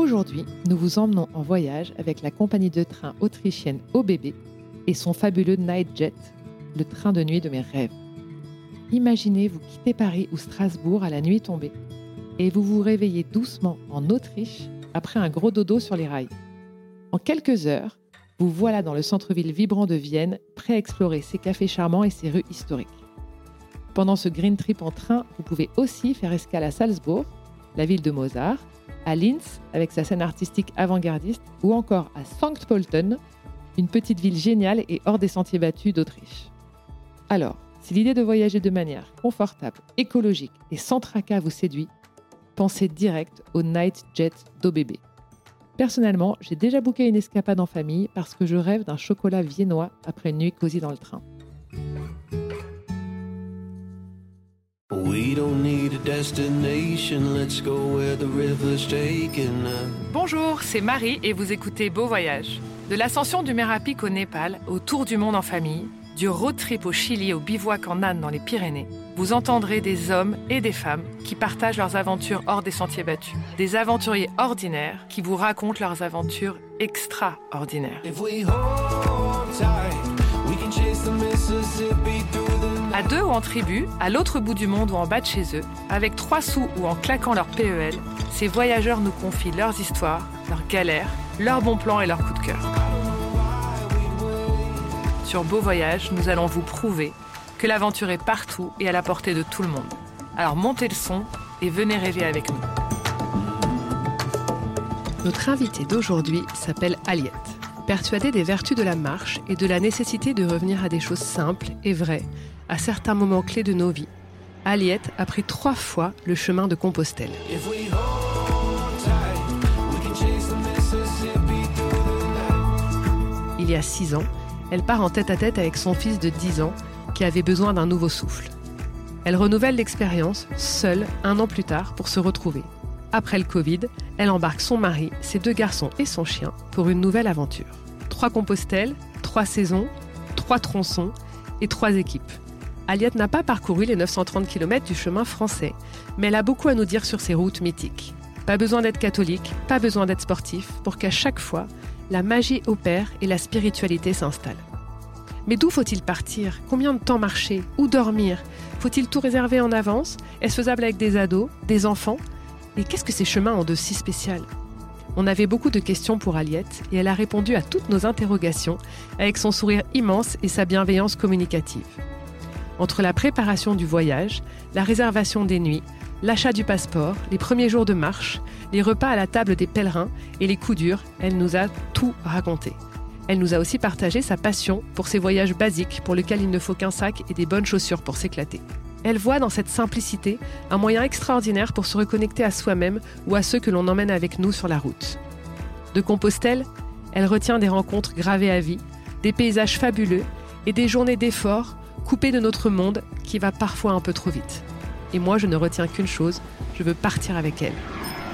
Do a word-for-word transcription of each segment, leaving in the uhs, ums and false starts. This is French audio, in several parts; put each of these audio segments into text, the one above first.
Aujourd'hui, nous vous emmenons en voyage avec la compagnie de train autrichienne O B B et son fabuleux Nightjet, le train de nuit de mes rêves. Imaginez vous quitter Paris ou Strasbourg à la nuit tombée et vous vous réveillez doucement en Autriche après un gros dodo sur les rails. En quelques heures, vous voilà dans le centre-ville vibrant de Vienne, prêt à explorer ses cafés charmants et ses rues historiques. Pendant ce green trip en train, vous pouvez aussi faire escale à Salzbourg, la ville de Mozart, à Linz avec sa scène artistique avant-gardiste ou encore à Sankt Pölten, une petite ville géniale et hors des sentiers battus d'Autriche. Alors, si l'idée de voyager de manière confortable, écologique et sans tracas vous séduit, pensez direct au Nightjet d'O B B. Personnellement, j'ai déjà booké une escapade en famille parce que je rêve d'un chocolat viennois après une nuit cosy dans le train. Bonjour, c'est Marie et vous écoutez Beau Voyage. De l'ascension du Mera Peak au Népal, au tour du monde en famille, du road trip au Chili au bivouac en âne dans les Pyrénées, vous entendrez des hommes et des femmes qui partagent leurs aventures hors des sentiers battus. Des aventuriers ordinaires qui vous racontent leurs aventures extraordinaires. À deux ou en tribu, à l'autre bout du monde ou en bas de chez eux, avec trois sous ou en claquant leur P E L, ces voyageurs nous confient leurs histoires, leurs galères, leurs bons plans et leurs coups de cœur. Sur Beau Voyage, nous allons vous prouver que l'aventure est partout et à la portée de tout le monde. Alors montez le son et venez rêver avec nous. Notre invitée d'aujourd'hui s'appelle Aliette. Persuadée des vertus de la marche et de la nécessité de revenir à des choses simples et vraies, à certains moments clés de nos vies, Aliette a pris trois fois le chemin de Compostelle. Il y a six ans, elle part en tête-à-tête avec son fils de dix ans qui avait besoin d'un nouveau souffle. Elle renouvelle l'expérience, seule, un an plus tard, pour se retrouver. Après le Covid, elle embarque son mari, ses deux garçons et son chien pour une nouvelle aventure. Trois Compostelles, trois saisons, trois tronçons et trois équipes. Aliette n'a pas parcouru les neuf cent trente kilomètres du chemin français, mais elle a beaucoup à nous dire sur ces routes mythiques. Pas besoin d'être catholique, pas besoin d'être sportif, pour qu'à chaque fois, la magie opère et la spiritualité s'installe. Mais d'où faut-il partir ? Combien de temps marcher ? Où dormir ? Faut-il tout réserver en avance ? Est-ce faisable avec des ados, des enfants ? Et qu'est-ce que ces chemins ont de si spécial ? On avait beaucoup de questions pour Aliette et elle a répondu à toutes nos interrogations avec son sourire immense et sa bienveillance communicative. Entre la préparation du voyage, la réservation des nuits, l'achat du passeport, les premiers jours de marche, les repas à la table des pèlerins et les coups durs, elle nous a tout raconté. Elle nous a aussi partagé sa passion pour ces voyages basiques pour lesquels il ne faut qu'un sac et des bonnes chaussures pour s'éclater. Elle voit dans cette simplicité un moyen extraordinaire pour se reconnecter à soi-même ou à ceux que l'on emmène avec nous sur la route. De Compostelle, elle retient des rencontres gravées à vie, des paysages fabuleux et des journées d'efforts coupées de notre monde qui va parfois un peu trop vite. Et moi, je ne retiens qu'une chose, je veux partir avec elle.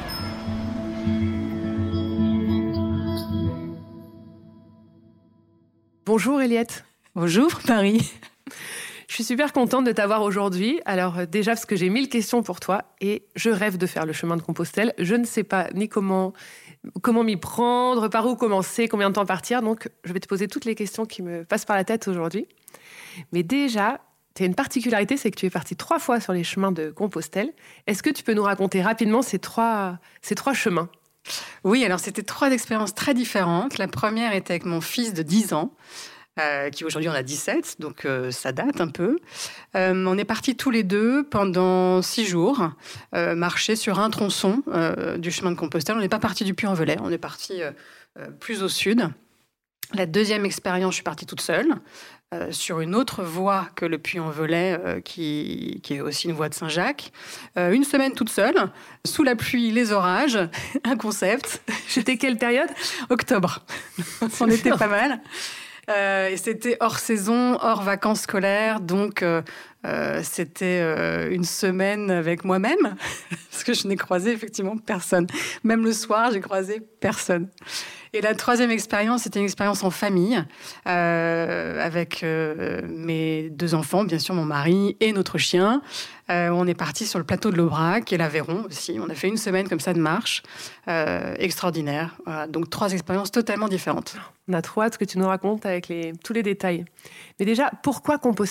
Bonjour Eliette. Bonjour Marie. Je suis super contente de t'avoir aujourd'hui. Alors déjà parce que j'ai mille questions pour toi et je rêve de faire le chemin de Compostelle. Je ne sais pas ni comment, comment m'y prendre, par où commencer, combien de temps partir. Donc je vais te poser toutes les questions qui me passent par la tête aujourd'hui. Mais déjà, tu as une particularité, c'est que tu es partie trois fois sur les chemins de Compostelle. Est-ce que tu peux nous raconter rapidement ces trois, ces trois chemins ? Oui, alors c'était trois expériences très différentes. La première était avec mon fils de dix ans. Euh, qui aujourd'hui en a dix-sept, donc euh, ça date un peu. Euh, on est partis tous les deux pendant six jours, euh, marcher sur un tronçon euh, du chemin de Compostelle. On n'est pas parti du Puy-en-Velay, on est parti euh, euh, plus au sud. La deuxième expérience, je suis partie toute seule, euh, sur une autre voie que le Puy-en-Velay, euh, qui, qui est aussi une voie de Saint-Jacques. Euh, une semaine toute seule, sous la pluie, les orages, un concept. C'était quelle période ? Octobre. On était pas mal. Euh, et c'était hors saison, hors vacances scolaires, donc euh, euh, c'était euh, une semaine avec moi-même, parce que je n'ai croisé effectivement personne. Même le soir, j'ai croisé personne. Et la troisième expérience, c'était une expérience en famille, euh, avec euh, mes deux enfants, bien sûr, mon mari et notre chien. Euh, on est parti sur le plateau de l'Aubrac et l'Aveyron aussi. On a fait une semaine comme ça de marche, euh, extraordinaire. Voilà. Donc trois expériences totalement différentes. On a trop hâte que tu nous racontes avec les, tous les détails. Mais déjà, pourquoi Compostelle ?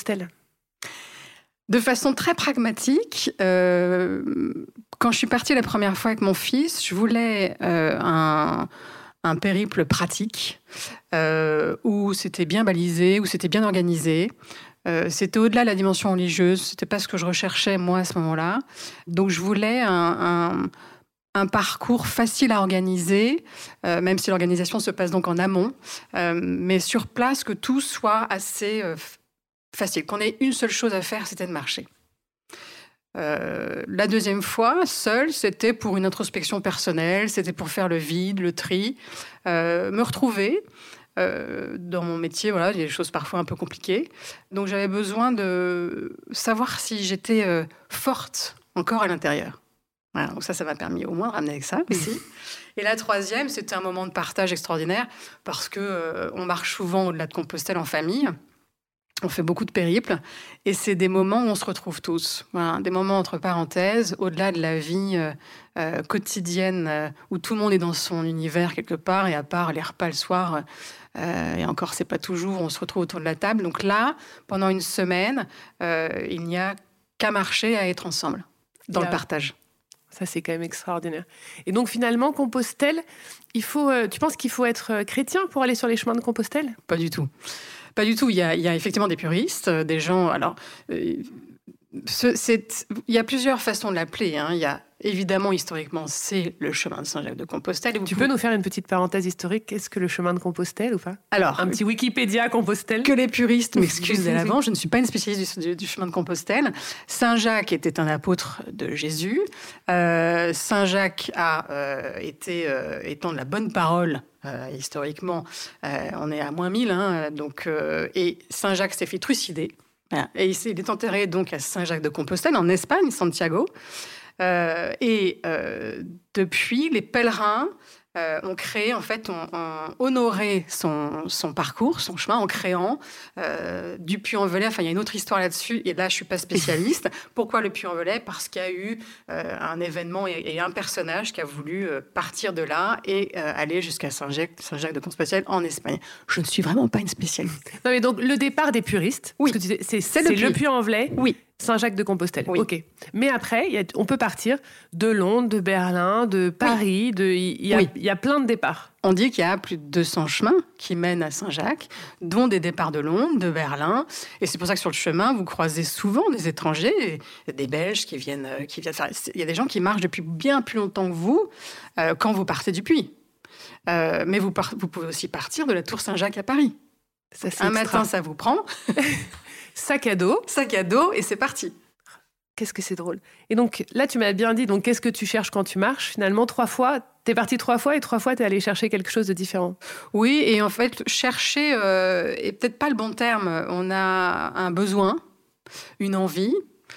De façon très pragmatique, euh, quand je suis partie la première fois avec mon fils, je voulais euh, un... un périple pratique, euh, où c'était bien balisé, où c'était bien organisé. Euh, c'était au-delà de la dimension religieuse, c'était pas ce que je recherchais, moi, à ce moment-là. Donc, je voulais un, un, un parcours facile à organiser, euh, même si l'organisation se passe donc en amont, euh, mais sur place, que tout soit assez euh, facile. Qu'on ait une seule chose à faire, c'était de marcher. Euh, la deuxième fois, seule, c'était pour une introspection personnelle, c'était pour faire le vide, le tri, euh, me retrouver. Euh, dans mon métier, voilà, il y a des choses parfois un peu compliquées. Donc j'avais besoin de savoir si j'étais euh, forte encore à l'intérieur. Voilà, donc ça, ça m'a permis au moins de ramener avec ça aussi. Et la troisième, c'était un moment de partage extraordinaire parce que euh, on marche souvent au-delà de Compostelle en famille. On fait beaucoup de périples et c'est des moments où on se retrouve tous. Voilà, des moments entre parenthèses, au-delà de la vie euh, euh, quotidienne euh, où tout le monde est dans son univers quelque part et à part les repas le soir, euh, et encore c'est pas toujours, on se retrouve autour de la table. Donc là, pendant une semaine, euh, il n'y a qu'à marcher, à être ensemble, dans Là, le partage. Ça, c'est quand même extraordinaire. Et donc finalement, Compostelle, il faut, euh, tu penses qu'il faut être chrétien pour aller sur les chemins de Compostelle ? Pas du tout. Pas du tout. Il y a, il y a effectivement des puristes, des gens... Alors, euh, ce, c'est, il y a plusieurs façons de l'appeler. Hein. Il y a évidemment, historiquement, c'est le chemin de Saint-Jacques-de-Compostelle. Tu pouvez nous faire une petite parenthèse historique ? Qu'est-ce que le chemin de Compostelle ou pas ? Alors, un petit Wikipédia Compostelle. Que les puristes m'excusent dès l'avant, je ne suis pas une spécialiste du, du, du chemin de Compostelle. Saint-Jacques était un apôtre de Jésus. Euh, Saint-Jacques a euh, été, euh, étant de la bonne parole, euh, historiquement, euh, on est à moins mille, hein, donc, euh, et Saint-Jacques s'est fait trucider. Voilà. Et il est enterré donc à Saint-Jacques-de-Compostelle, en Espagne, Santiago. Euh, et euh, depuis, les pèlerins euh, ont créé, en fait, ont, ont honoré son, son parcours, son chemin, en créant euh, du Puy-en-Velay. Enfin, il y a une autre histoire là-dessus, et là, je ne suis pas spécialiste. Pourquoi le Puy-en-Velay ? Parce qu'il y a eu euh, un événement et, et un personnage qui a voulu euh, partir de là et euh, aller jusqu'à Saint-Jacques, Saint-Jacques-de-Compostelle en Espagne. Je ne suis vraiment pas une spécialiste. Non, mais donc, le départ des puristes, oui. parce que tu dis, c'est, c'est, c'est le, le Puy-en-Velay. Oui. Saint-Jacques-de-Compostelle. Oui. Ok. Mais après, y a, on peut partir de Londres, de Berlin, de Paris. Il oui. y, oui. y a plein de départs. On dit qu'il y a plus de deux cents chemins qui mènent à Saint-Jacques, dont des départs de Londres, de Berlin. Et c'est pour ça que sur le chemin, vous croisez souvent des étrangers, des Belges qui viennent... Qui viennent faire... Il y a des gens qui marchent depuis bien plus longtemps que vous euh, quand vous partez du Puy. Euh, mais vous, par... vous pouvez aussi partir de la Tour Saint-Jacques à Paris. Ça, Un extra. Matin, ça vous prend... Sac à dos. Sac à dos, et c'est parti. Qu'est-ce que c'est drôle. Et donc, là, tu m'as bien dit, donc, qu'est-ce que tu cherches quand tu marches ? Finalement, trois fois, t'es parti trois fois, et trois fois, t'es allé chercher quelque chose de différent. Oui, et en fait, chercher euh, est peut-être pas le bon terme. On a un besoin, une envie,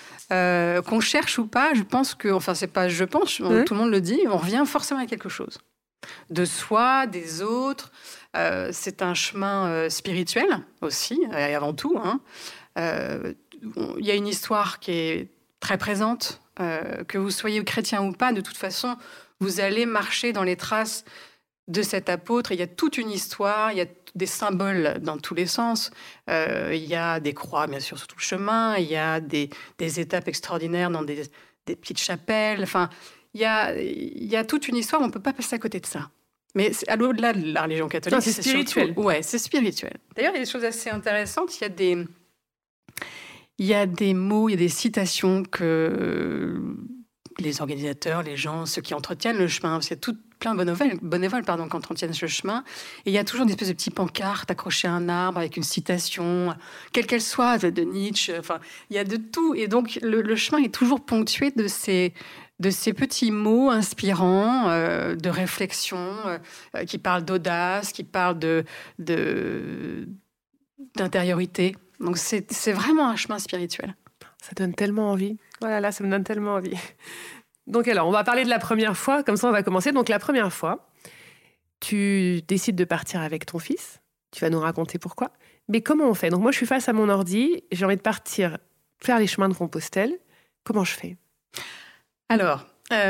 euh, qu'on cherche ou pas, je pense que... Enfin, c'est pas je pense, on, mmh. tout le monde le dit, on revient forcément à quelque chose. De soi, des autres. Euh, c'est un chemin euh, spirituel aussi, et avant tout, hein. Euh, il y a une histoire qui est très présente, euh, que vous soyez chrétien ou pas, de toute façon, vous allez marcher dans les traces de cet apôtre. Il y a toute une histoire, il y a des symboles dans tous les sens. Euh, il y a des croix, bien sûr, sur tout le chemin. Il y a des, des étapes extraordinaires dans des, des petites chapelles. Enfin, il y a, il y a toute une histoire, on ne peut pas passer à côté de ça. Mais c'est, à l'au-delà de la religion catholique, non, c'est, c'est spirituel. Surtout, ouais, c'est spirituel. D'ailleurs, il y a des choses assez intéressantes. Il y a des... Il y a des mots, il y a des citations que les organisateurs, les gens, ceux qui entretiennent le chemin, parce qu'il y a tout plein de bénévoles, bénévoles pardon, qui entretiennent ce chemin, et il y a toujours des espèces de petits pancartes accrochées à un arbre avec une citation, quelle qu'elle soit, de Nietzsche, enfin, il y a de tout. Et donc, le, le chemin est toujours ponctué de ces, de ces petits mots inspirants, euh, de réflexion, euh, qui parlent d'audace, qui parlent de, de, d'intériorité. Donc, c'est, c'est vraiment un chemin spirituel. Ça donne tellement envie. Voilà, là, ça me donne tellement envie. Donc alors, on va parler de la première fois, comme ça on va commencer. Donc la première fois, tu décides de partir avec ton fils. Tu vas nous raconter pourquoi. Mais comment on fait? Donc moi, je suis face à mon ordi, j'ai envie de partir faire les chemins de Compostelle. Comment je fais? Alors,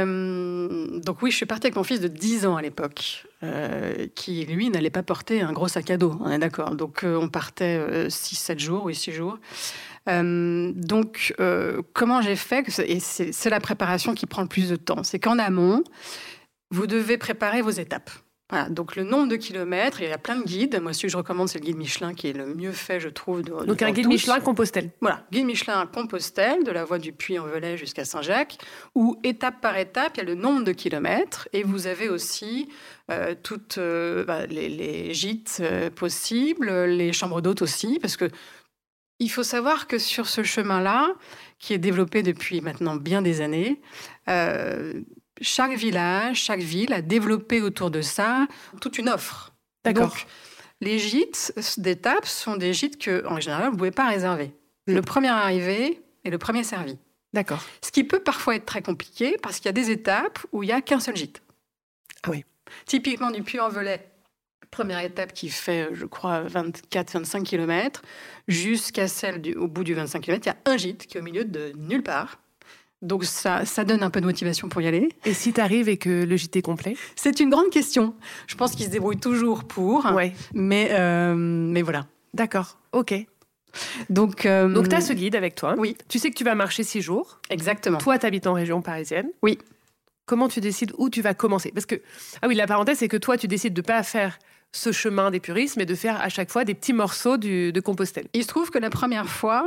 euh, donc oui, je suis partie avec mon fils de dix ans à l'époque, euh, qui, lui, n'allait pas porter un gros sac à dos, on est d'accord. Donc euh, on partait euh, six sept jours, oui, six jours. Euh, donc, euh, comment j'ai fait? Et c'est, c'est la préparation qui prend le plus de temps. C'est qu'en amont, vous devez préparer vos étapes. Voilà, donc le nombre de kilomètres, il y a plein de guides. Moi, celui que je recommande, c'est le guide Michelin, qui est le mieux fait, je trouve. De, donc de un guide tous. Michelin Compostelle. Voilà, guide Michelin Compostelle, de la voie du Puy-en-Velay jusqu'à Saint-Jacques, où étape par étape, il y a le nombre de kilomètres, et vous avez aussi euh, toutes euh, bah, les, les gîtes euh, possibles, les chambres d'hôtes aussi, parce que il faut savoir que sur ce chemin-là, qui est développé depuis maintenant bien des années, euh, chaque village, chaque ville a développé autour de ça toute une offre. D'accord. Donc, les gîtes d'étape sont des gîtes que, en général, vous ne pouvez pas réserver. Le premier arrivé est le premier servi. D'accord. Ce qui peut parfois être très compliqué parce qu'il y a des étapes où il n'y a qu'un seul gîte. Ah oui. Typiquement du Puy-en-Velay, première étape qui fait, je crois, vingt-quatre à vingt-cinq kilomètres, jusqu'à celle du, au bout du vingt-cinq kilomètres, il y a un gîte qui est au milieu de nulle part. Donc ça, ça donne un peu de motivation pour y aller. Et si tu arrives et que le gîte est complet? C'est une grande question. Je pense qu'ils se débrouillent toujours pour, ouais. mais, euh, mais voilà. D'accord, ok. Donc, euh, Donc tu as ce guide avec toi. Oui. Tu sais que tu vas marcher six jours. Exactement. Toi, tu habites en région parisienne. Oui. Comment tu décides où tu vas commencer? Parce que, ah oui, la parenthèse, c'est que toi, tu décides de ne pas faire ce chemin des puristes, mais de faire à chaque fois des petits morceaux du, de Compostelle. Il se trouve que la première fois,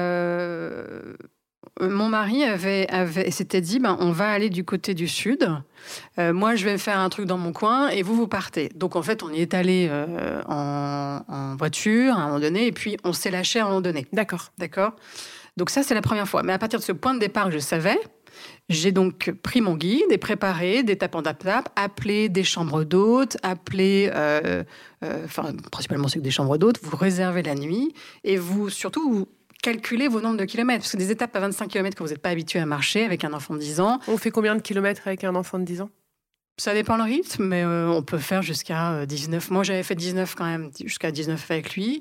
euh, mon mari avait, avait s'était dit, ben, on va aller du côté du sud. Euh, moi, je vais faire un truc dans mon coin et vous, vous partez. Donc, en fait, on y est allé euh, en, en voiture à un moment donné et puis on s'est lâché à un moment donné. D'accord. D'accord. Donc ça, c'est la première fois. Mais à partir de ce point de départ, je savais... J'ai donc pris mon guide et préparé d'étape en étape, appelé des chambres d'hôtes, appelé, euh, euh, enfin, principalement c'est que des chambres d'hôtes, vous réservez la nuit et vous, surtout, vous calculez vos nombres de kilomètres. Parce que des étapes à vingt-cinq kilomètres que vous n'êtes pas habitué à marcher avec un enfant de dix ans. On fait combien de kilomètres avec un enfant de dix ans? Ça dépend le rythme, mais euh, on peut faire jusqu'à dix-neuf. Moi, j'avais fait dix-neuf quand même, jusqu'à dix-neuf avec lui.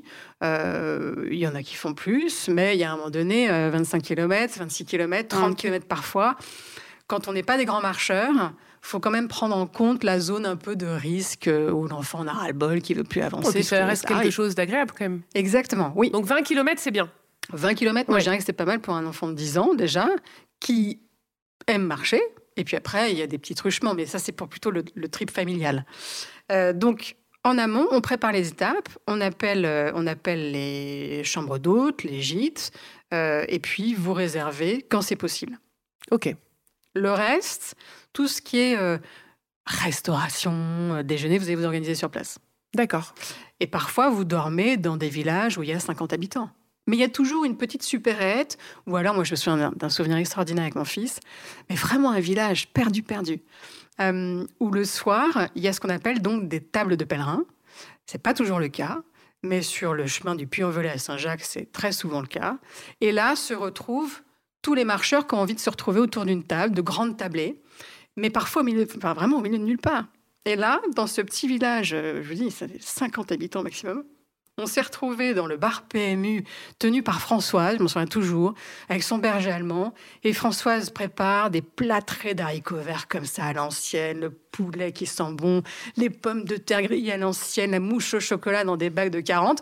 Euh, il y en a qui font plus, mais il y a un moment donné, euh, vingt-cinq kilomètres, vingt-six kilomètres, trente kilomètres parfois. Quand on n'est pas des grands marcheurs, il faut quand même prendre en compte la zone un peu de risque où l'enfant en a ras-le-bol, qui ne veut plus avancer. Oh, puis ça reste ça quelque arrive. chose d'agréable quand même. Exactement, oui. Donc vingt kilomètres, c'est bien. vingt kilomètres, moi Ouais. je dirais que c'est pas mal pour un enfant de dix ans déjà, qui aime marcher. Et puis après, il y a des petits truchements, mais ça, c'est pour plutôt le, le trip familial. Euh, donc, en amont, on prépare les étapes, on appelle, euh, on appelle les chambres d'hôtes, les gîtes, euh, et puis vous réservez quand c'est possible. Ok. Le reste, tout ce qui est euh, restauration, euh, déjeuner, vous allez vous organiser sur place. D'accord. Et parfois, vous dormez dans des villages où il y a cinquante habitants. Mais il y a toujours une petite supérette, ou alors, moi, je me souviens d'un, d'un souvenir extraordinaire avec mon fils, mais vraiment un village perdu, perdu, euh, où le soir, il y a ce qu'on appelle donc des tables de pèlerins. C'est pas toujours le cas, mais sur le chemin du Puy-en-Velay à Saint-Jacques, c'est très souvent le cas. Et là se retrouvent tous les marcheurs qui ont envie de se retrouver autour d'une table, de grandes tablées, mais parfois au milieu, enfin, vraiment au milieu de nulle part. Et là, dans ce petit village, euh, je vous dis, ça fait cinquante habitants maximum, on s'est retrouvés dans le bar P M U tenu par Françoise, je m'en souviens toujours, avec son berger allemand. Et Françoise prépare des plâtrés d'haricots verts comme ça à l'ancienne, le poulet qui sent bon, les pommes de terre grillées à l'ancienne, la mouche au chocolat dans des bacs de quarante.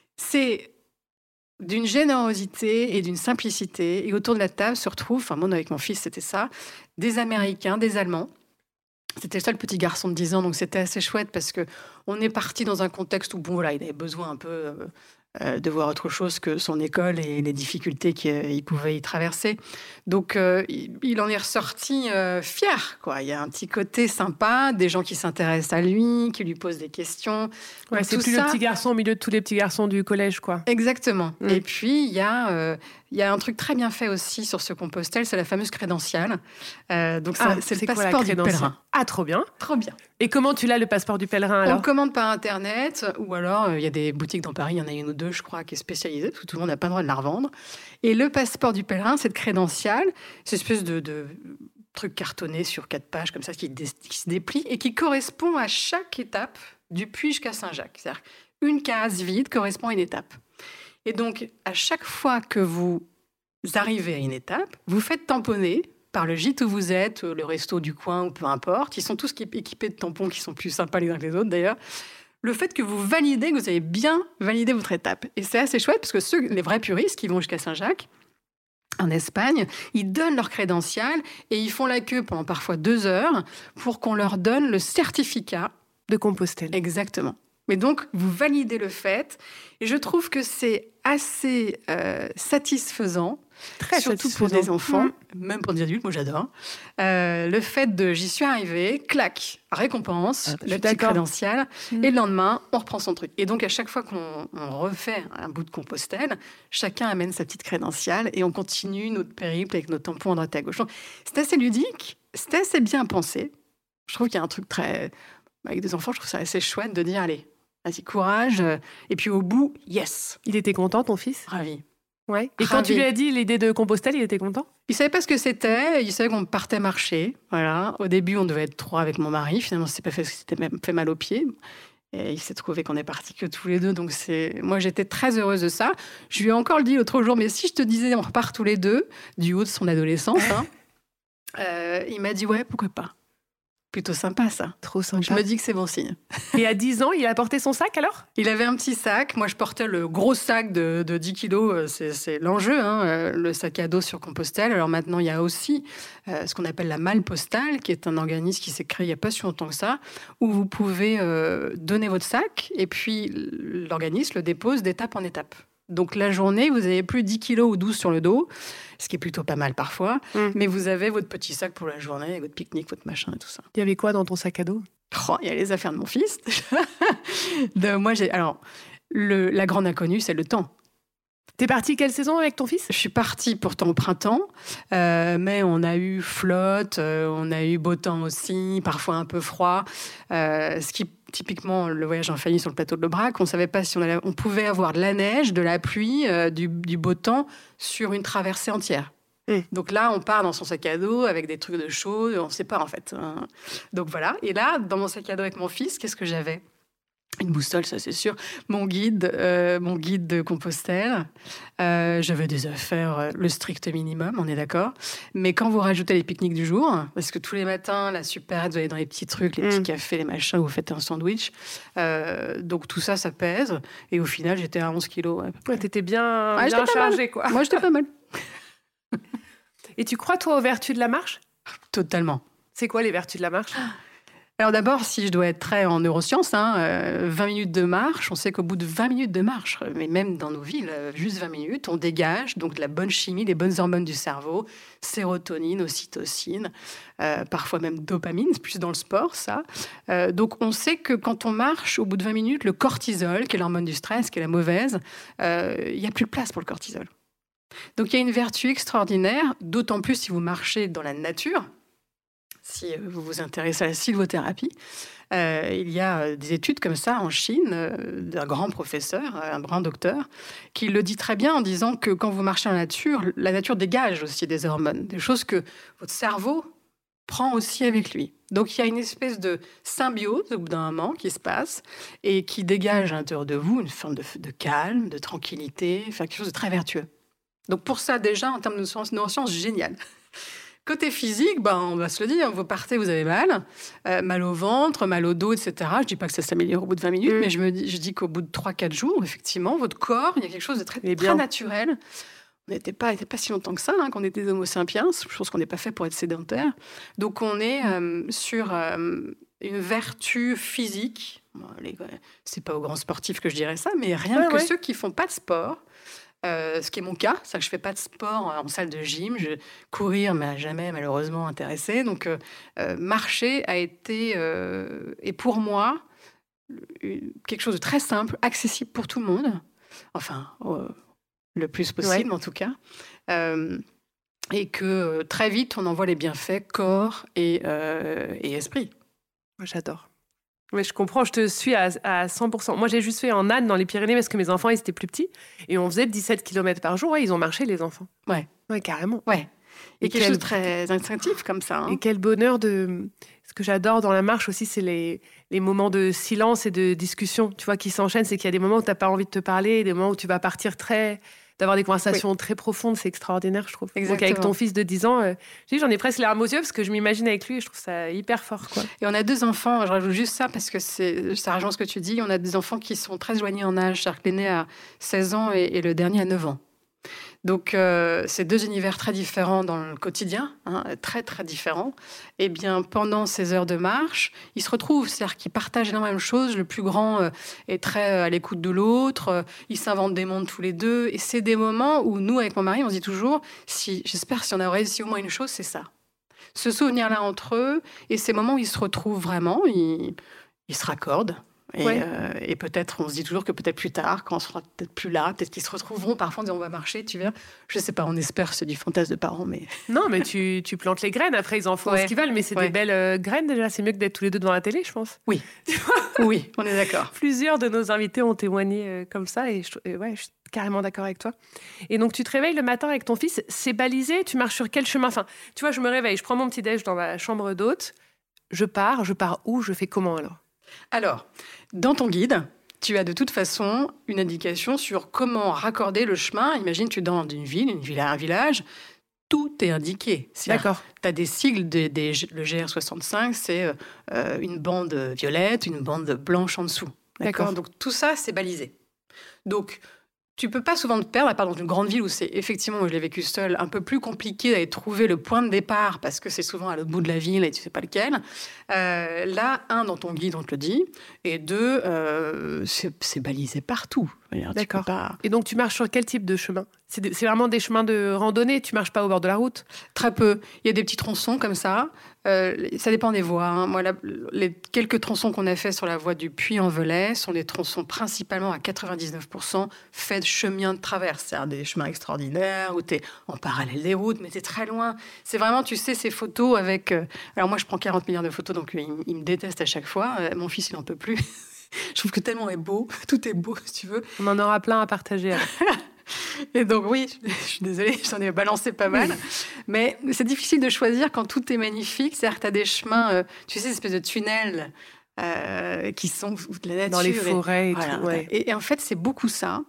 C'est d'une générosité et d'une simplicité. Et autour de la table se retrouvent, enfin moi avec mon fils c'était ça, des Américains, des Allemands. C'était le seul petit garçon de dix ans, donc c'était assez chouette parce qu'on est parti dans un contexte où bon, voilà, il avait besoin un peu euh, euh, de voir autre chose que son école et les difficultés qu'il euh, pouvait y traverser. Donc, euh, il, il en est ressorti euh, fier, quoi. Il y a un petit côté sympa, des gens qui s'intéressent à lui, qui lui posent des questions. Ouais, Donc, c'est tout plus ça... le petit garçon au milieu de tous les petits garçons du collège, quoi. Exactement. Mm. Et puis, il y a, euh, Il y a un truc très bien fait aussi sur ce Compostelle, c'est la fameuse crédentiale. Euh, donc ça, Ah, c'est, c'est le quoi, la passeport du crédentiale pèlerin. Ah, trop bien. Trop bien. Et comment tu l'as, le passeport du pèlerin, On alors? le commande par Internet, ou alors euh, il y a des boutiques dans Paris, il y en a une ou deux, je crois, qui est spécialisée, parce que tout le monde n'a pas le droit de la revendre. Et le passeport du pèlerin, cette crédentiale, c'est une espèce de, de truc cartonné sur quatre pages, comme ça, qui, dé- qui se déplie et qui correspond à chaque étape du Puy jusqu'à Saint-Jacques. C'est-à-dire une case vide correspond à une étape. Et donc, à chaque fois que vous arrivez à une étape, vous faites tamponner par le gîte où vous êtes, le resto du coin ou peu importe. Ils sont tous équipés de tampons qui sont plus sympas les uns que les autres d'ailleurs. Le fait que vous validez, que vous avez bien validé votre étape. Et c'est assez chouette parce que ceux, les vrais puristes qui vont jusqu'à Saint-Jacques, en Espagne, ils donnent leur crédential et ils font la queue pendant parfois deux heures pour qu'on leur donne le certificat. De Compostelle. Exactement. Mais donc, vous validez le fait. Et je trouve que c'est assez euh, satisfaisant, Très surtout satisfaisant. pour des enfants, Mmh. même pour des adultes, moi j'adore. Euh, le fait de j'y suis arrivée, clac, récompense, Ah, je le suis petit d'accord. crédential, Mmh. et le lendemain, on reprend son truc. Et donc, à chaque fois qu'on on refait un bout de Compostelle, chacun amène sa petite crédentiale et on continue notre périple avec nos tampons à droite et à gauche. Donc, c'est assez ludique, c'est assez bien pensé. Je trouve qu'il y a un truc très... Avec des enfants, je trouve ça assez chouette de dire, allez, vas-y, courage. Et puis au bout, yes, Il était content, ton fils? ravi. Ouais. Et quand Ravi. tu lui as dit l'idée de Compostelle, il était content? Il savait pas ce que c'était, il savait qu'on partait marcher. Voilà. Au début, on devait être trois avec mon mari. Finalement, ça s'est pas fait parce que c'était même fait mal aux pieds. Et il s'est trouvé qu'on est partis que tous les deux. Donc, c'est... moi, j'étais très heureuse de ça. Je lui ai encore dit l'autre jour, mais si je te disais, on repart tous les deux, du haut de son adolescence, hein, euh, il m'a dit, ouais, pourquoi pas. Plutôt sympa, ça. Trop Donc, je sympa. me dis que c'est bon signe. Et à dix ans, il a porté son sac, alors? Il avait un petit sac. Moi, je portais le gros sac de, de dix kilos. C'est, c'est l'enjeu, hein, euh, le sac à dos sur Compostelle. Alors maintenant, il y a aussi euh, ce qu'on appelle la malle postale, qui est un organisme qui s'est créé il n'y a pas si longtemps que ça, où vous pouvez euh, donner votre sac et puis l'organisme le dépose d'étape en étape. Donc la journée, vous avez plus dix kilos ou douze sur le dos, ce qui est plutôt pas mal parfois, Mm. mais vous avez votre petit sac pour la journée, avec votre pique-nique, votre machin et tout ça. Il y avait quoi dans ton sac à dos? Oh, il y a les affaires de mon fils. de, moi, j'ai, alors, le, la grande inconnue, c'est le temps. T'es partie quelle saison avec ton fils? Je suis partie pourtant au printemps, euh, mais on a eu flotte, euh, on a eu beau temps aussi, parfois un peu froid. Euh, ce qui, typiquement, le voyage en famille sur le plateau de l'Aubrac, on ne savait pas si on, allait, on pouvait avoir de la neige, de la pluie, euh, du, du beau temps sur une traversée entière. Mmh. Donc là, on part dans son sac à dos avec des trucs de chaud, on ne sait pas en fait. Hein. Donc voilà. Et là, dans mon sac à dos avec mon fils, qu'est-ce que j'avais? Une boussole, ça c'est sûr. Mon guide, euh, mon guide de Compostelle. Euh, j'avais des affaires, euh, le strict minimum, on est d'accord. Mais quand vous rajoutez les pique-niques du jour, parce que tous les matins, la supérette, vous allez dans les petits trucs, les petits Mm. cafés, les machins, vous faites un sandwich. Euh, donc tout ça, ça pèse. Et au final, j'étais à onze kilos. à peu près. Ouais, t'étais bien, Ouais, bien j'étais pas mal. chargée, quoi. Moi, j'étais pas mal. Et tu crois, toi, aux vertus de la marche? Totalement. C'est quoi les vertus de la marche? Alors d'abord, si je dois être très en neurosciences, hein, euh, vingt minutes de marche, on sait qu'au bout de vingt minutes de marche, mais même dans nos villes, euh, juste vingt minutes, on dégage donc de la bonne chimie, les bonnes hormones du cerveau, sérotonine, ocytocine, euh, parfois même dopamine, c'est plus dans le sport ça. Euh, donc on sait que quand on marche, au bout de vingt minutes, le cortisol, qui est l'hormone du stress, qui est la mauvaise, euh, il n'y a plus de place pour le cortisol. Donc il y a une vertu extraordinaire, d'autant plus si vous marchez dans la nature. Si vous vous intéressez à la sylvothérapie, euh, il y a des études comme ça en Chine euh, d'un grand professeur, un grand docteur, qui le dit très bien en disant que quand vous marchez en nature, la nature dégage aussi des hormones, des choses que votre cerveau prend aussi avec lui. Donc il y a une espèce de symbiose au bout d'un moment qui se passe et qui dégage à l'intérieur de vous une forme de, de calme, de tranquillité, enfin quelque chose de très vertueux. Donc pour ça déjà, en termes de neurosciences, neurosciences, génial. Côté physique, ben, on va se le dire, vous partez, vous avez mal, euh, mal au ventre, mal au dos, et cetera. Je ne dis pas que ça s'améliore au bout de vingt minutes, Mm. mais je, me dis, je dis qu'au bout de trois quatre jours, effectivement, votre corps, il y a quelque chose de très, Eh très bien. naturel. On n'était pas, pas si longtemps que ça, hein, qu'on était des homo sapiens. Je pense qu'on n'est pas fait pour être sédentaire. Donc on est euh, sur euh, une vertu physique. Bon, les- c'est pas aux grands sportifs que je dirais ça, mais rien Ouais, que ouais. ceux qui font pas de sport. Euh, ce qui est mon cas, c'est que je fais pas de sport en salle de gym. Je, courir m'a jamais malheureusement intéressée. Donc euh, euh, marcher a été, euh, et pour moi, une- quelque chose de très simple, accessible pour tout le monde. Enfin, euh, le plus possible, ouais. en tout cas. Euh, et que euh, très vite, on en voit les bienfaits corps et, euh, et esprit. Moi, j'adore. Oui, je comprends, je te suis à, à cent pour cent. Moi, j'ai juste fait en âne dans les Pyrénées parce que mes enfants, ils étaient plus petits. Et on faisait dix-sept kilomètres par jour. Ouais, ils ont marché, les enfants. Ouais. Ouais, carrément. Ouais. Et, et quelque quel... chose de très instinctif comme ça. Hein. Et quel bonheur de... Ce que j'adore dans la marche aussi, c'est les, les moments de silence et de discussion, tu vois, qui s'enchaînent. C'est qu'il y a des moments où tu n'as pas envie de te parler et des moments où tu vas partir très... d'avoir des conversations oui. très profondes. C'est extraordinaire, je trouve. Exactement. Donc, avec ton fils de dix ans, euh, j'en ai presque les larmes aux yeux parce que je m'imagine avec lui et je trouve ça hyper fort, quoi. Et on a deux enfants, je rajoute juste ça parce que c'est, ça rejoint ce que tu dis. On a des enfants qui sont très éloignés en âge. C'est-à-dire que l'aîné a seize ans et, et le dernier a neuf ans. Donc, euh, c'est deux univers très différents dans le quotidien, hein, très, très différents. Et bien, pendant ces heures de marche, ils se retrouvent, c'est-à-dire qu'ils partagent énormément de choses. Le plus grand euh, est très euh, à l'écoute de l'autre. Euh, ils s'inventent des mondes tous les deux. Et c'est des moments où nous, avec mon mari, on se dit toujours, si, j'espère si on a réussi au moins une chose, c'est ça. Ce souvenir-là entre eux, et ces moments où ils se retrouvent vraiment, ils, ils se raccordent. Et, ouais. euh, et peut-être, on se dit toujours que peut-être plus tard, quand on sera peut-être plus là, peut-être qu'ils se retrouveront parfois en disant on va marcher, tu viens. Je sais pas, on espère, c'est du fantasme de parents, mais... Non, mais tu, tu plantes les graines, après ils en font ouais. ce qu'ils veulent, mais c'est ouais. des belles euh, graines déjà, c'est mieux que d'être tous les deux devant la télé, je pense. Oui, oui, on est d'accord. Plusieurs de nos invités ont témoigné euh, comme ça, et, je, et ouais, je suis carrément d'accord avec toi. Et donc tu te réveilles le matin avec ton fils, c'est balisé, tu marches sur quel chemin? Enfin, tu vois, je me réveille, je prends mon petit-déj dans ma chambre d'hôte, je pars, je pars où, je fais comment alors? Alors, dans ton guide, tu as de toute façon une indication sur comment raccorder le chemin. Imagine, tu es dans une ville, une ville à un village, tout est indiqué. D'accord. Tu as des sigles, de, des, le G R soixante-cinq, c'est euh, une bande violette, une bande blanche en dessous. D'accord. D'accord. Donc tout ça, c'est balisé. Donc, tu peux pas souvent te perdre, à part dans une grande ville où c'est effectivement, moi je l'ai vécu seule, un peu plus compliqué d'aller trouver le point de départ parce que c'est souvent à l'autre bout de la ville et tu sais pas lequel. Euh, là, un, dans ton guide, on te le dit, et deux, euh, c'est, c'est balisé partout. Dire, D'accord. Pas... Et donc, tu marches sur quel type de chemin? C'est, de, c'est vraiment des chemins de randonnée? Tu marches pas au bord de la route? Très peu. Il y a des petits tronçons comme ça. Euh, ça dépend des voies. Hein. Moi, la, les quelques tronçons qu'on a fait sur la voie du Puy-en-Velay sont des tronçons principalement à quatre-vingt-dix-neuf pour cent faits de chemins de traverse. C'est-à-dire des chemins extraordinaires où tu es en parallèle des routes, mais tu es très loin. C'est vraiment, tu sais, ces photos avec... Euh... Alors moi, je prends quarante milliards de photos, donc euh, il, il me déteste à chaque fois. Euh, mon fils, il n'en peut plus. Je trouve que tellement est beau, tout est beau, si tu veux. On en aura plein à partager. Et donc oui, je suis désolée, j'en ai balancé pas mal. Mais c'est difficile de choisir quand tout est magnifique. C'est-à-dire que tu as des chemins, euh, tu sais, des espèces de tunnels euh, qui sont de la nature. Dans les forêts et, et voilà. tout. Ouais. Et, et en fait, c'est beaucoup ça.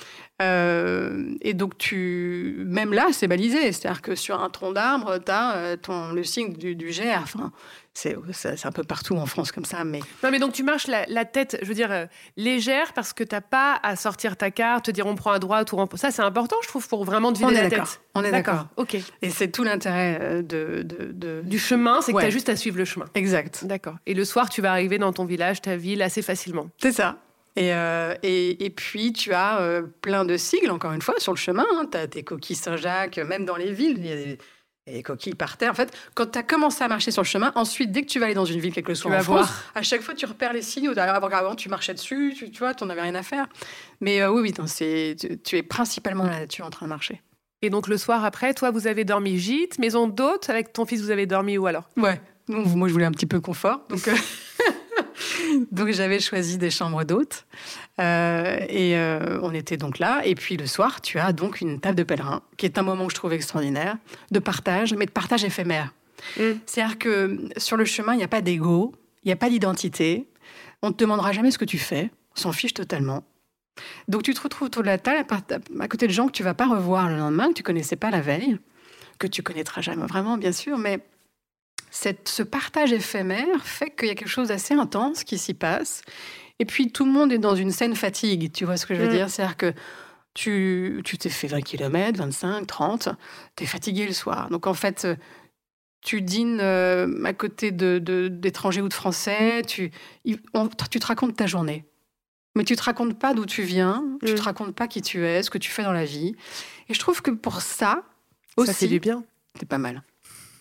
Euh, et donc, tu... même là, c'est balisé. C'est-à-dire que sur un tronc d'arbre, tu as euh, ton... le signe du, du G R. Enfin, c'est, c'est un peu partout en France comme ça. Mais... Non, mais donc tu marches la, la tête, je veux dire, euh, légère parce que tu n'as pas à sortir ta carte, te dire on prend à droite ou on... Ça, c'est important, je trouve, pour vraiment te vider la d'accord. tête. On est d'accord. d'accord. Ok. Et c'est tout l'intérêt de, de, de... du chemin, c'est que ouais. tu as juste à suivre le chemin. Exact. D'accord. Et le soir, tu vas arriver dans ton village, ta ville, assez facilement. C'est ça. Et, euh, et, et puis, tu as euh, plein de sigles, encore une fois, sur le chemin. Hein. Tu as tes coquilles Saint-Jacques, même dans les villes, il y a des, des coquilles par terre. En fait, quand tu as commencé à marcher sur le chemin, ensuite, dès que tu vas aller dans une ville, quelle que soit en France, voir. À chaque fois, tu repères les signes. Avant, avant tu marchais dessus, tu, tu vois, tu n'en avais rien à faire. Mais euh, oui, oui non, c'est, tu, tu es principalement là-dessus en train de marcher. Et donc, le soir après, toi, vous avez dormi gîte, maison d'hôte. Avec ton fils, vous avez dormi où alors? Ouais. Donc, moi, je voulais un petit peu confort. Donc... Euh... Donc, j'avais choisi des chambres d'hôtes euh, et euh, on était donc là. Et puis, le soir, tu as donc une table de pèlerin, qui est un moment que je trouve extraordinaire, de partage, mais de partage éphémère. Mm. C'est-à-dire que sur le chemin, il n'y a pas d'ego, il n'y a pas d'identité. On ne te demandera jamais ce que tu fais, on s'en fiche totalement. Donc, tu te retrouves autour de la table à côté de gens que tu ne vas pas revoir le lendemain, que tu ne connaissais pas la veille, que tu connaîtras jamais vraiment, bien sûr, mais... Cette, ce partage éphémère fait qu'il y a quelque chose d'assez intense qui s'y passe. Et puis, tout le monde est dans une saine fatigue. Tu vois ce que je veux mmh. dire? C'est-à-dire que tu, tu t'es fait vingt kilomètres, vingt-cinq, trente, tu es fatigué le soir. Donc, en fait, tu dînes euh, à côté de, de, d'étrangers ou de Français. Tu, on, tu te racontes ta journée. Mais tu ne te racontes pas d'où tu viens. Mmh. Tu ne te racontes pas qui tu es, ce que tu fais dans la vie. Et je trouve que pour ça, aussi, ça fait du bien. C'est pas mal.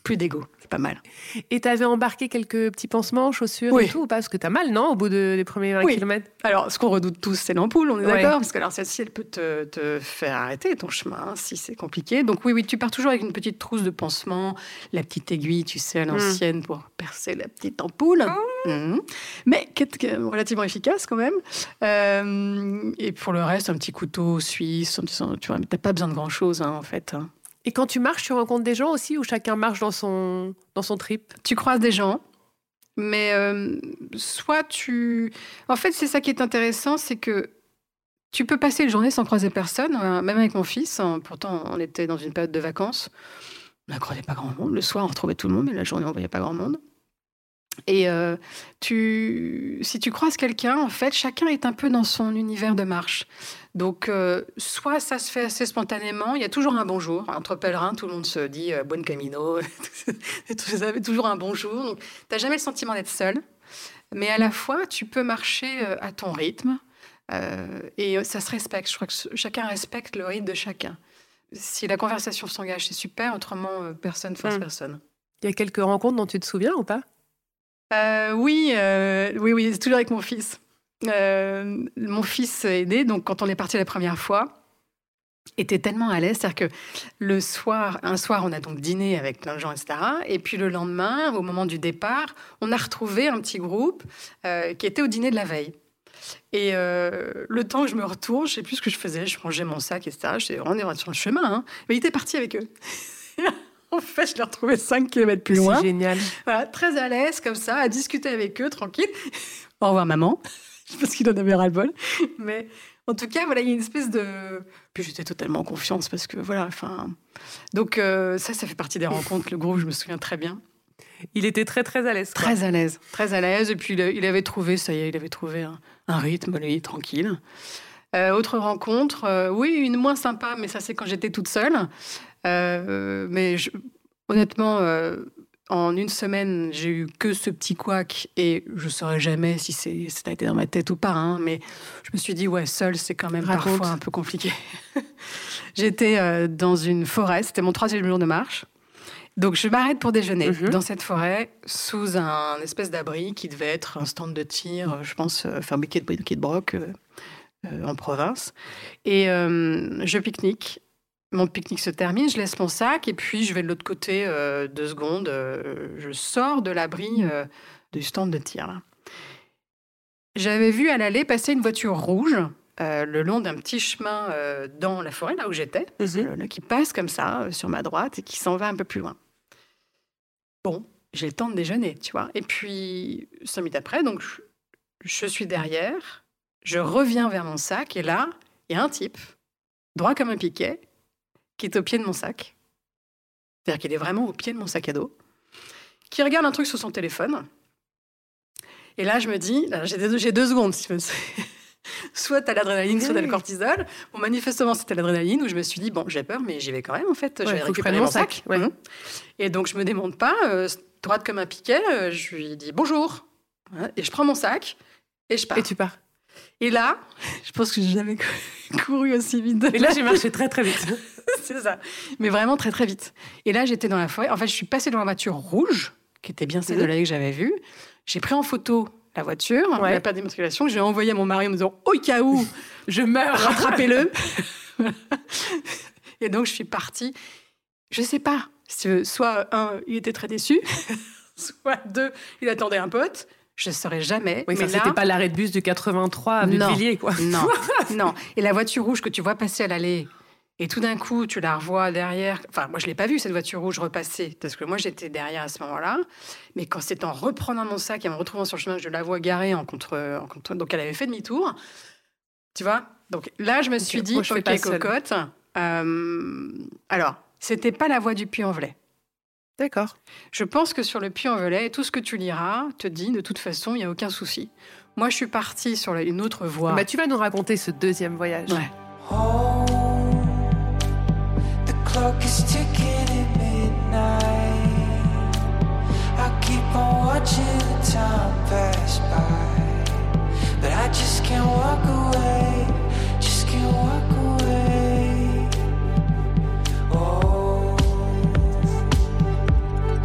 plus d'ego, c'est pas mal. Et t'avais embarqué quelques petits pansements, chaussures oui. et tout ou pas? Parce que t'as mal, non, au bout de, des premiers vingt oui. kilomètres? Alors, ce qu'on redoute tous, c'est l'ampoule, on est ouais. d'accord? Parce que alors, celle-ci, elle peut te, te faire arrêter ton chemin, si c'est compliqué. Donc oui, oui, tu pars toujours avec une petite trousse de pansements, la petite aiguille, tu sais, à l'ancienne, mmh. pour percer la petite ampoule. Mmh. Mmh. Mais qui est relativement efficace quand même. Euh, et pour le reste, un petit couteau suisse, un petit, tu vois, t'as pas besoin de grand-chose, hein, en fait. Et quand tu marches, tu rencontres des gens aussi ou chacun marche dans son, dans son trip? Tu croises des gens, mais euh, soit tu... En fait, c'est ça qui est intéressant, c'est que tu peux passer une journée sans croiser personne, même avec mon fils. Pourtant, on était dans une période de vacances. On ne croisait pas grand monde. Le soir, on retrouvait tout le monde, mais la journée, on ne voyait pas grand monde. Et euh, tu, si tu croises quelqu'un, en fait, chacun est un peu dans son univers de marche. Donc, euh, soit ça se fait assez spontanément, il y a toujours un bonjour. Entre pèlerins, tout le monde se dit euh, « Buen camino », vous avez toujours un bonjour. Donc, tu n'as jamais le sentiment d'être seul. Mais à la fois, tu peux marcher euh, à ton rythme. Euh, et ça se respecte. Je crois que chacun respecte le rythme de chacun. Si la conversation s'engage, c'est super. Autrement, euh, personne ne force mmh. personne. Il y a quelques rencontres dont tu te souviens ou pas? Euh, oui, euh, oui, oui, c'est toujours avec mon fils. Euh, mon fils aîné, donc quand on est parti la première fois, était tellement à l'aise, c'est-à-dire que le soir, un soir, on a donc dîné avec plein de gens, et cetera. Et puis le lendemain, au moment du départ, on a retrouvé un petit groupe euh, qui était au dîner de la veille. Et euh, le temps que je me retourne, je sais plus ce que je faisais, je rangeais mon sac, et cetera. Je on est sur le chemin, hein. Mais il était parti avec eux. En fait, je l'ai retrouvé cinq kilomètres plus loin. C'est génial. Voilà, très à l'aise, comme ça, à discuter avec eux, tranquille. Au revoir, maman. Je pense qu'il en avait ras-le-bol. Mais en tout cas, voilà, il y a une espèce de... Puis j'étais totalement en confiance parce que, voilà, enfin... Donc euh, ça, ça fait partie des rencontres. Le groupe, je me souviens très bien. Il était très, très à l'aise. Quoi. Très à l'aise. Très à l'aise. Et puis, il avait trouvé, ça y est, il avait trouvé un, un rythme, lui, tranquille. Euh, autre rencontre, euh, oui, une moins sympa, mais ça, c'est quand j'étais toute seule. Euh, mais je, honnêtement, euh, en une semaine, j'ai eu que ce petit couac et je ne saurais jamais si c'est, ça a été dans ma tête ou pas. Hein, mais je me suis dit, ouais, seule, c'est quand même Raconte. parfois un peu compliqué. J'étais euh, dans une forêt, c'était mon troisième jour de marche. Donc, je m'arrête pour déjeuner mm-hmm. dans cette forêt, sous un espèce d'abri qui devait être un stand de tir, je pense, euh, fabriqué de briquet de broc euh, euh, en province. Et euh, je pique-nique. Mon pique-nique se termine, je laisse mon sac et puis je vais de l'autre côté euh, deux secondes. Euh, je sors de l'abri euh, du stand de tir. Là. J'avais vu à l'allée passer une voiture rouge euh, le long d'un petit chemin euh, dans la forêt, là où j'étais, mm-hmm. là, qui passe comme ça euh, sur ma droite et qui s'en va un peu plus loin. Bon, j'ai le temps de déjeuner, tu vois. Et puis, cinq minutes après, donc, je, je suis derrière, je reviens vers mon sac et là, il y a un type, droit comme un piquet, qui est au pied de mon sac. C'est-à-dire qu'il est vraiment au pied de mon sac à dos, qui regarde un truc sur son téléphone. Et là, je me dis, là, j'ai, deux, j'ai deux secondes. Soit t'as l'adrénaline, soit t'as le cortisol. Bon, manifestement, c'était l'adrénaline où je me suis dit, bon, j'ai peur, mais j'y vais quand même, en fait. Ouais, je vais récupérer mon sac. sac. Ouais. Mmh. Et donc, je me démonte pas, euh, droite comme un piquet. Euh, je lui dis bonjour. Ouais, et je prends mon sac et je pars. Et tu pars. Et là, je pense que j'ai jamais couru aussi vite. Et là, j'ai marché très, très vite. C'est ça. Mais vraiment très, très vite. Et là, j'étais dans la forêt. En fait, je suis passée dans la voiture rouge, qui était bien celle mmh. de l'allée que j'avais vue. J'ai pris en photo la voiture, ouais. la plaque d'immatriculation, que j'ai envoyée à mon mari en me disant « Au cas où, je meurs, rattrapez-le !» Et donc, je suis partie. Je sais pas. Soit, un, il était très déçu. Soit, deux, il attendait un pote. Je ne saurais jamais. Oui, mais ça, là... c'était pas l'arrêt de bus du quatre-vingt-trois avenue de Villiers, quoi. Non, non. Et la voiture rouge que tu vois passer à l'allée, et tout d'un coup, tu la revois derrière. Enfin, moi, je ne l'ai pas vue, cette voiture rouge, repasser, parce que moi, j'étais derrière à ce moment-là. Mais quand c'est en reprenant mon sac et en me retrouvant sur le chemin, je la vois garée en contre, en contre... Donc, elle avait fait demi-tour. Tu vois ? Donc là, je me suis okay, dit, moi, OK, cocotte. Euh... Alors, ce n'était pas la voie du Puy-en-Velay. D'accord. Je pense que sur le Puy-en-Velay, tout ce que tu liras te dit, de toute façon, il n'y a aucun souci. Moi, je suis partie sur une autre voie. Bah, tu vas nous raconter ce deuxième voyage. Ouais. Oh, the clock is ticking at midnight. I keep on watching the time pass by, but I just can't walk away, just can't walk away. Oh.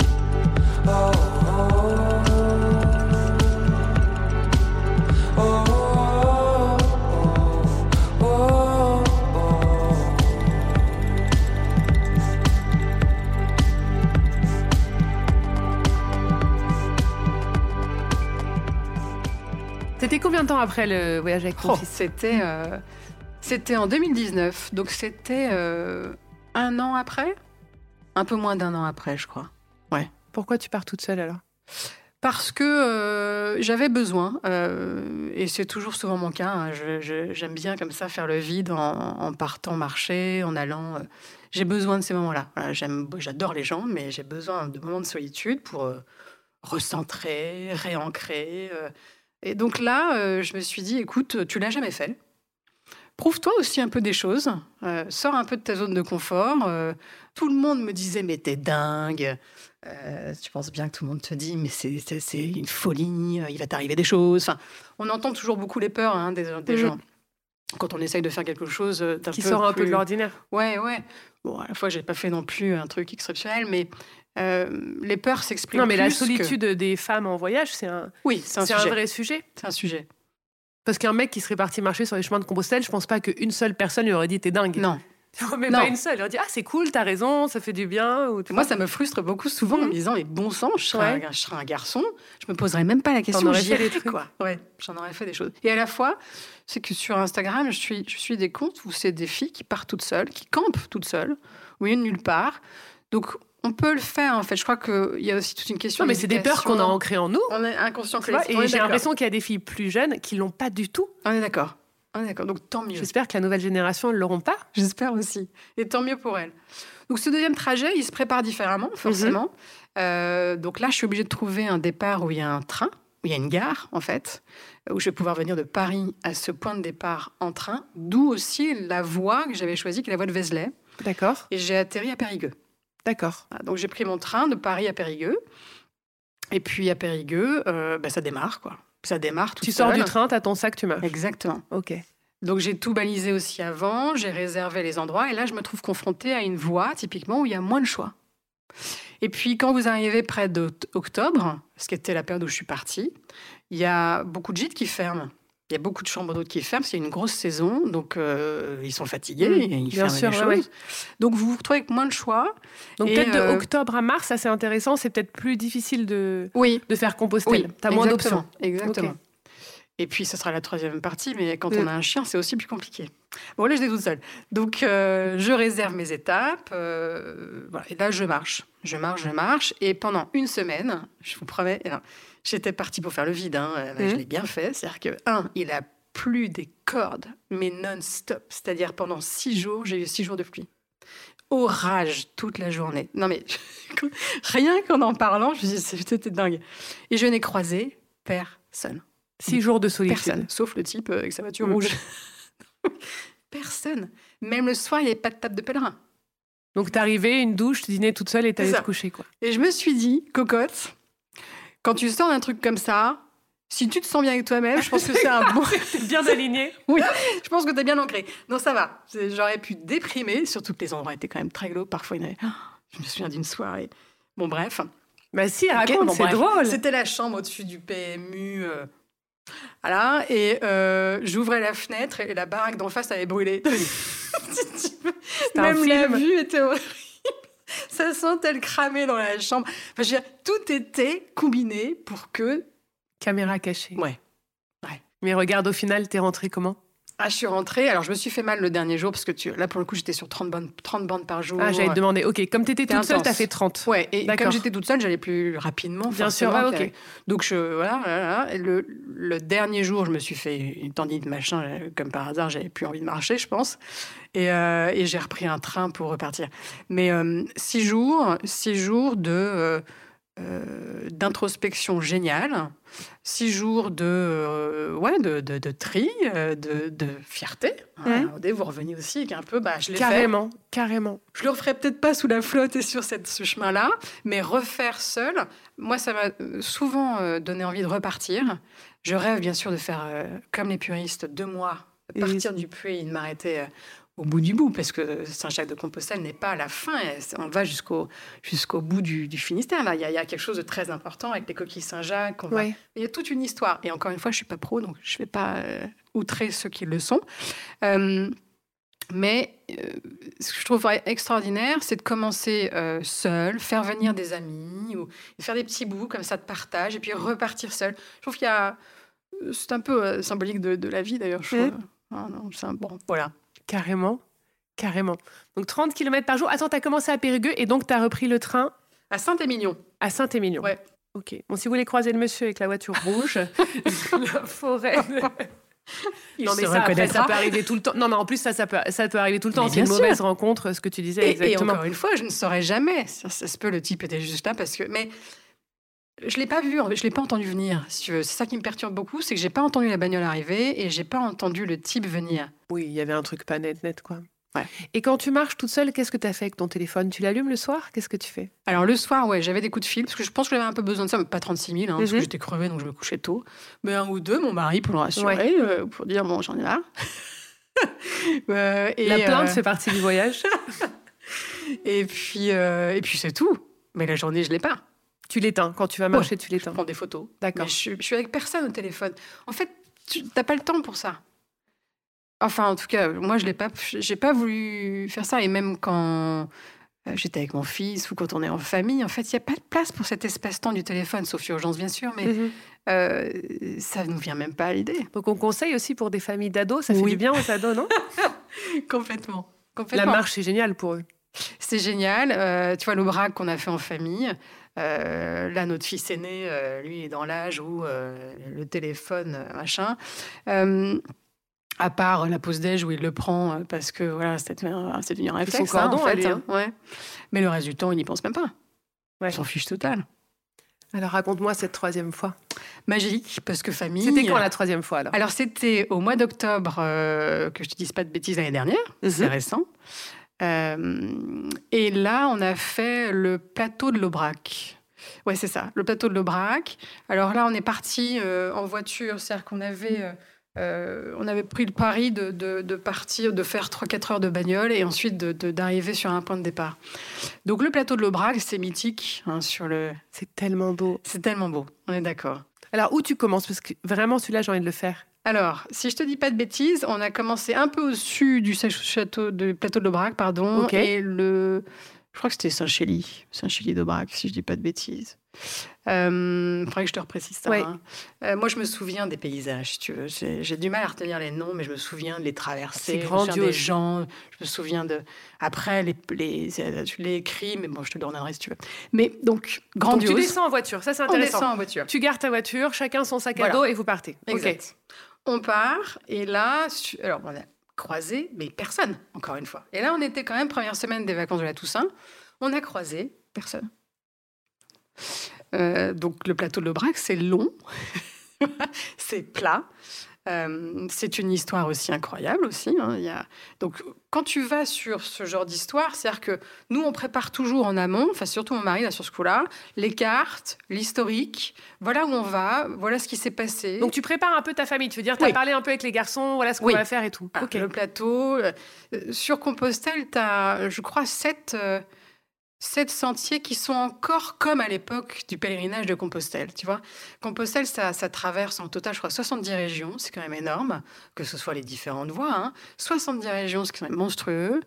C'était combien de temps après le voyage avec ton Oh, fils? c'était, euh, c'était en deux mille dix-neuf, donc c'était euh, un an après, un peu moins d'un an après, je crois. Pourquoi tu pars toute seule alors? Parce que euh, j'avais besoin, euh, et c'est toujours souvent mon cas, hein, je- je- j'aime bien comme ça faire le vide en, en partant marcher, en allant. euh, j'ai besoin de ces moments-là. Voilà, j'aime, j'adore les gens, mais j'ai besoin de moments de solitude pour euh, recentrer, réancrer. euh. Et donc là, euh, je me suis dit, écoute, tu l'as jamais fait. Prouve-toi aussi un peu des choses. euh, sors un peu de ta zone de confort. euh. tout le monde me disait, mais t'es dingue. Euh, tu penses bien que tout le monde te dit, mais c'est, c'est, c'est une folie, euh, il va t'arriver des choses. Enfin, on entend toujours beaucoup les peurs hein, des, des Mhm. gens quand on essaye de faire quelque chose euh, d'un Qui peu sort un peu de plus- l'ordinaire. Ouais, ouais. Bon, à la fois, j'ai pas fait non plus un truc exceptionnel, mais euh, les peurs s'expriment. Non, mais la plus que- solitude des femmes en voyage, c'est un, Oui, c'est un c'est un sujet. vrai sujet. C'est un sujet. Parce qu'un mec qui serait parti marcher sur les chemins de Compostelle, je pense pas qu'une seule personne lui aurait dit t'es dingue. Non. Mais Non. pas une seule. Il aurait dit ah c'est cool, t'as raison, ça fait du bien. Ou... Moi, ça me frustre beaucoup souvent en me Mhm. disant, mais bon sang, je serais, Ouais. un, je serais un garçon, je me poserais même pas la question. aurais j'y fait des irais, trucs. quoi. Ouais, j'en aurais fait des choses. Et à la fois, c'est que sur Instagram, je suis, je suis des comptes où c'est des filles qui partent toutes seules, qui campent toutes seules, où il y a nulle part. Donc, on peut le faire, en fait. Je crois qu'il y a aussi toute une question Non, mais c'est des peurs qu'on a d'éducation. ancrées en nous. On est inconscient Tu vois, collectif. On et est j'ai d'accord. l'impression qu'il y a des filles plus jeunes qui l'ont pas du tout. On est d'accord. On est d'accord. Donc, tant mieux. J'espère que la nouvelle génération ne l'auront pas. J'espère aussi. Et tant mieux pour elle. Donc, ce deuxième trajet, il se prépare différemment, forcément. Euh, donc là, je suis obligée de trouver un départ où il y a un train, où il y a une gare, en fait, où je vais pouvoir venir de Paris à ce point de départ en train, d'où aussi la voie que j'avais choisie, qui est la voie de Vézelay. D'accord, Et j'ai atterri à Périgueux. d'accord. Voilà, donc, j'ai pris mon train de Paris à Périgueux. Et puis, à Périgueux, euh, ben, ça démarre, quoi. Ça démarre tout Tu seul. sors du train, t'as ton sac, tu marches. Exactement. Ok. Donc j'ai tout balisé aussi avant, j'ai réservé les endroits et là je me trouve confrontée à une voie typiquement où il y a moins de choix. Et puis quand vous arrivez près d'octobre, ce qui était la période où je suis partie, il y a beaucoup de gîtes qui ferment. Il y a beaucoup de chambres d'hôtes qui ferment, c'est une grosse saison, donc euh, ils sont fatigués, Mmh, et ils bien ferment sûr, les ouais, choses. Donc vous vous retrouvez avec moins de choix. Donc Et, peut-être de euh, octobre à mars, ça c'est intéressant, c'est peut-être plus difficile de, Oui, de faire Compostelle. oui, T'as moins exactement, d'options. Exactement. Ok. Et puis, ce sera la troisième partie, mais quand Mm. on a un chien, c'est aussi plus compliqué. Bon, là, j'étais toute seule. Donc, euh, je réserve mes étapes. euh, voilà. Et là, je marche. Je marche, je marche. Et pendant une semaine, je vous promets, alors, j'étais partie pour faire le vide. Hein, là, Mm. Je l'ai bien fait. C'est-à-dire que, un, il a plu des cordes, mais non-stop. C'est-à-dire, pendant six jours, j'ai eu six jours de pluie. Orage toute la journée. Non, mais rien qu'en en parlant, je me suis dit, c'était dingue. Et je n'ai croisé personne. Six jours de solitude. Personne, sauf le type euh, avec sa voiture Mm. rouge. Personne. Même le soir, il n'y avait pas de table de pèlerin. Donc t'es arrivée, une douche, tu dînais toute seule et t'allais C'est te ça. coucher, quoi. Et je me suis dit, cocotte, quand tu sors d'un truc comme ça, si tu te sens bien avec toi-même, je pense que c'est un bon... T'es bien aligné. Oui, je pense que t'es bien ancré. Non, ça va. C'est- J'aurais pu déprimer, surtout que les endroits étaient quand même très glauques. Parfois, il y en avait... Oh, je me souviens d'une soirée. Bon, bref. Bah si, Ok, raconte, bon, c'est bref. drôle. C'était la chambre au-dessus du P M U. euh, Voilà, et euh, j'ouvrais la fenêtre et la baraque d'en face avait brûlé. un Même la film. vue était horrible. Ça sentait le cramer dans la chambre. Enfin, je veux dire, tout était combiné pour que... Caméra cachée. Ouais. Mais regarde, au final, t'es rentrée comment? Ah, je suis rentrée. Alors, je me suis fait mal le dernier jour parce que tu... là, pour le coup, j'étais sur trente bandes, trente bandes par jour. Ah, j'allais te demander. Ok, comme t'étais C'était toute seule, intense. t'as fait trente. Ouais, et D'accord. comme j'étais toute seule, j'allais plus rapidement. Bien sûr, forcément, ouais, ok. Donc, je, voilà, voilà. Et Le, le dernier jour, je me suis fait une tendinite, machin. euh, Comme par hasard, j'avais plus envie de marcher, je pense. Et, euh, et j'ai repris un train pour repartir. Mais euh, six jours, six jours de... euh, euh, d'introspection géniale, six jours de, euh, ouais, de, de, de tri, euh, de, de fierté. Ouais. Hein, vous revenez aussi avec un peu, bah, je l'ai fait. Carrément, carrément. Je le referai peut-être pas sous la flotte et sur cette, ce chemin-là, mais refaire seul, moi, ça m'a euh, souvent euh, donné envie de repartir. Je rêve, bien sûr, de faire, euh, comme les puristes, deux mois, Et- partir du puits et de m'arrêter euh, au bout du bout, parce que Saint-Jacques-de-Compostelle n'est pas à la fin, et c'est- on va jusqu'au jusqu'au bout du, du Finistère. Là. Il y, a, il y a quelque chose de très important avec les coquilles Saint-Jacques. on va- Ouais. Il y a toute une histoire. Et encore une fois, je suis pas pro, donc je vais pas euh, outrer ceux qui le sont. Euh, Mais euh, ce que je trouve extraordinaire, c'est de commencer euh, seul, faire venir des amis, ou faire des petits bouts comme ça de partage, et puis repartir seul. Je trouve qu'il y a C'est un peu euh, symbolique de, de la vie, d'ailleurs, je Mmh. trouve. Ah, non, c'est un... Bon, voilà. Carrément, carrément. Donc trente kilomètres par jour. Attends, t'as commencé à Périgueux et donc t'as repris le train À Saint-Émilion. à Saint-Émilion. Ouais. Ok. Bon, si vous voulez croiser le monsieur avec la voiture rouge, la forêt. Il non, mais se ça, après, reconnaîtra. ça peut arriver tout le temps. Non, mais en plus, ça, ça peut, ça peut arriver tout le temps. Mais C'est bien une sûr. mauvaise rencontre, ce que tu disais Et, et exactement. encore une fois, je ne saurais jamais. Ça, ça se peut, le type était juste là parce que. Mais je l'ai pas vu, je l'ai pas entendu venir. Si tu veux, c'est ça qui me perturbe beaucoup, c'est que j'ai pas entendu la bagnole arriver et j'ai pas entendu le type venir. Oui, il y avait un truc pas net, net, quoi. Ouais. Et quand tu marches toute seule, qu'est-ce que tu as fait avec ton téléphone? Tu l'allumes le soir? Qu'est-ce que tu fais? Alors le soir, ouais, j'avais des coups de fil parce que je pense que j'avais un peu besoin de ça, mais pas trente-six mille, hein, parce que Mhm. j'étais crevée donc je me couchais tôt. Mais un ou deux, mon mari pour le rassurer, Ouais. euh, pour dire bon, j'en ai marre. Euh, et, La plainte euh, fait partie du voyage. et puis euh, et puis c'est tout. Mais la journée, je l'ai pas. Tu l'éteins. Quand tu vas marcher, tu Je l'éteins. prends des photos. D'accord. Mais je, suis- je suis avec personne au téléphone. En fait, tu n'as pas le temps pour ça. Enfin, en tout cas, moi, je l'ai pas, j'ai pas voulu faire ça. Et même quand euh, j'étais avec mon fils ou quand on est en famille, en fait, il n'y a pas de place pour cet espace-temps du téléphone, sauf urgence, bien sûr. Mais Mhm. euh, ça ne nous vient même pas à l'idée. Donc on conseille aussi pour des familles d'ados, ça fait Oui. du bien aux ados, non? Complètement. La Complètement. marche, c'est génial pour eux. C'est génial. Euh, tu vois, l'Aubrac qu'on a fait en famille. Euh, là, notre fils aîné, euh, lui, est dans l'âge où euh, le téléphone, euh, machin. Euh, à part la pause déj où il le prend euh, parce que voilà, c'est devenu, c'est devenu un son réflexe. hein, cordon, en fait, lui, hein. Ouais. Mais le reste du temps, il n'y pense même pas. Ouais. Il s'en fiche total. Alors raconte-moi cette troisième fois. Magique, parce que famille. C'était quand la troisième fois alors? Alors, c'était au mois d'octobre, euh, que je te dise pas de bêtises, l'année dernière. Mhm. C'est récent. Euh, et là, on a fait le plateau de l'Aubrac. Ouais, c'est ça, le plateau de l'Aubrac. Alors là, on est parti euh, en voiture, c'est-à-dire qu'on avait, euh, euh, on avait pris le pari de, de, de partir, de faire trois quatre heures de bagnole et ensuite de, de- d'arriver sur un point de départ. Donc le plateau de l'Aubrac, c'est mythique. Hein, sur le... C'est tellement beau. C'est tellement beau, on est d'accord. Alors où tu commences? Parce que vraiment celui-là, j'ai envie de le faire. Alors, si je te dis pas de bêtises, on a commencé un peu au-dessus du château de plateau de l'Aubrac, pardon, Ok. et le, je crois que c'était Saint-Chély, Saint-Chély d'Aubrac, si je dis pas de bêtises. Il faudrait que je te reprécise ça. Ouais. hein. Euh, moi, je me souviens des paysages, si tu veux. J'ai, j'ai du mal à retenir les noms, mais je me souviens de les traverser. C'est Je me souviens grandiose. des gens. Je me souviens de. Après, les, les, tu l'as écrit, mais bon, je te le donnerai si tu veux. Mais donc, Donc grandiose. tu descends en voiture, ça c'est On intéressant. descend en voiture. Tu gardes ta voiture, chacun son sac à Voilà. dos et vous partez. Ok. Exact. On part, et là, su- alors on a croisé, mais personne, encore une fois. Et là, on était quand même première semaine des vacances de la Toussaint. On a croisé personne. Euh, donc le plateau de l'Aubrac, c'est long, c'est plat. Euh, c'est une histoire aussi incroyable aussi. hein. Il y a... Donc quand tu vas sur ce genre d'histoire, c'est-à-dire que nous on prépare toujours en amont, enfin surtout mon mari là sur ce coup-là, les cartes, l'historique, voilà où on va, voilà ce qui s'est passé. Donc tu prépares un peu ta famille, tu veux dire, tu as Oui. parlé un peu avec les garçons, voilà ce qu'on Oui. va faire et tout. Ah, Ok. le plateau. euh, sur Compostelle, tu as, je crois, sept, euh, sept sentiers qui sont encore comme à l'époque du pèlerinage de Compostelle. Tu vois, Compostelle, ça, ça traverse en total, je crois, soixante-dix régions. C'est quand même énorme, que ce soit les différentes voies. Hein. soixante-dix régions, c'est quand même monstrueux.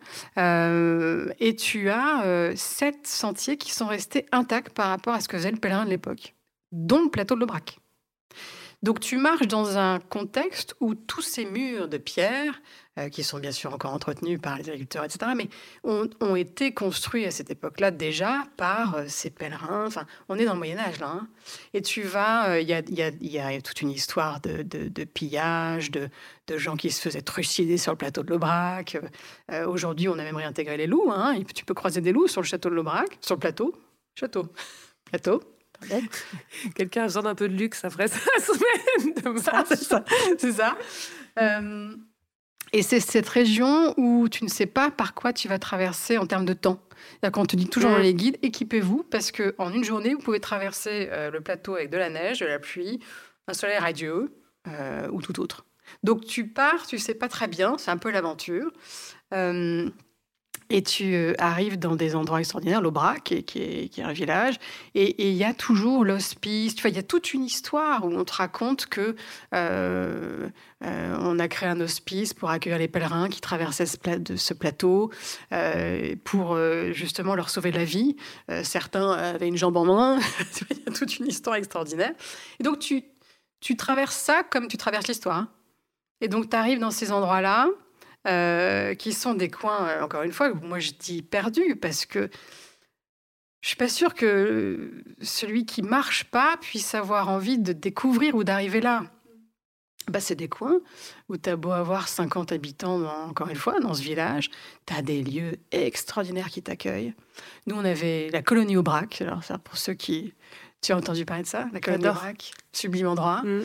Euh, et tu as euh, sept sentiers qui sont restés intacts par rapport à ce que faisait le pèlerin de l'époque, dont le plateau de l'Aubrac. Donc tu marches dans un contexte où tous ces murs de pierre, euh, qui sont bien sûr encore entretenus par les agriculteurs, et cetera, mais ont, ont été construits à cette époque-là déjà par euh, ces pèlerins. Enfin, on est dans le Moyen-Âge là. hein. Et tu vas, il y, a, y, a, y a toute une histoire de, de, de pillage, de, de gens qui se faisaient trucider sur le plateau de l'Aubrac. Euh, Aujourd'hui, on a même réintégré les loups. Hein. Et tu peux croiser des loups sur le château de l'Aubrac, sur le plateau. Château. Plateau. Pardon. Quelqu'un a besoin d'un peu de luxe après sa semaine de Ça, marche. c'est ça. C'est ça. Euh, et c'est cette région où tu ne sais pas par quoi tu vas traverser en termes de temps. C'est-à-dire qu'on te dit toujours Mm. dans les guides, équipez-vous, parce qu'en une journée, vous pouvez traverser euh, le plateau avec de la neige, de la pluie, un soleil radieux euh, ou tout autre. Donc tu pars, tu sais pas très bien, c'est un peu l'aventure. Euh, Et tu euh, arrives dans des endroits extraordinaires, l'Aubrac, qui est, qui est, qui est un village, et il y a toujours l'hospice. Tu vois, il y a toute une histoire où on te raconte que euh, euh, on a créé un hospice pour accueillir les pèlerins qui traversaient ce, pla- de ce plateau, euh, pour euh, justement leur sauver la vie. Euh, certains avaient une jambe en moins. Tu vois, il y a toute une histoire extraordinaire. Et donc tu tu traverses ça comme tu traverses l'histoire. Hein. Et donc, tu arrives dans ces endroits-là, euh, qui sont des coins, euh, encore une fois, où moi, je dis perdus, parce que je suis pas sûre que celui qui marche pas puisse avoir envie de découvrir ou d'arriver là. Bah, c'est des coins où tu as beau avoir cinquante habitants, dans, encore une fois, dans ce village, tu as des lieux extraordinaires qui t'accueillent. Nous, on avait la colonie Aubrac. Alors, ça, pour ceux qui... Tu as entendu parler de ça? La colonie J'adore. Aubrac, sublime endroit. Mm.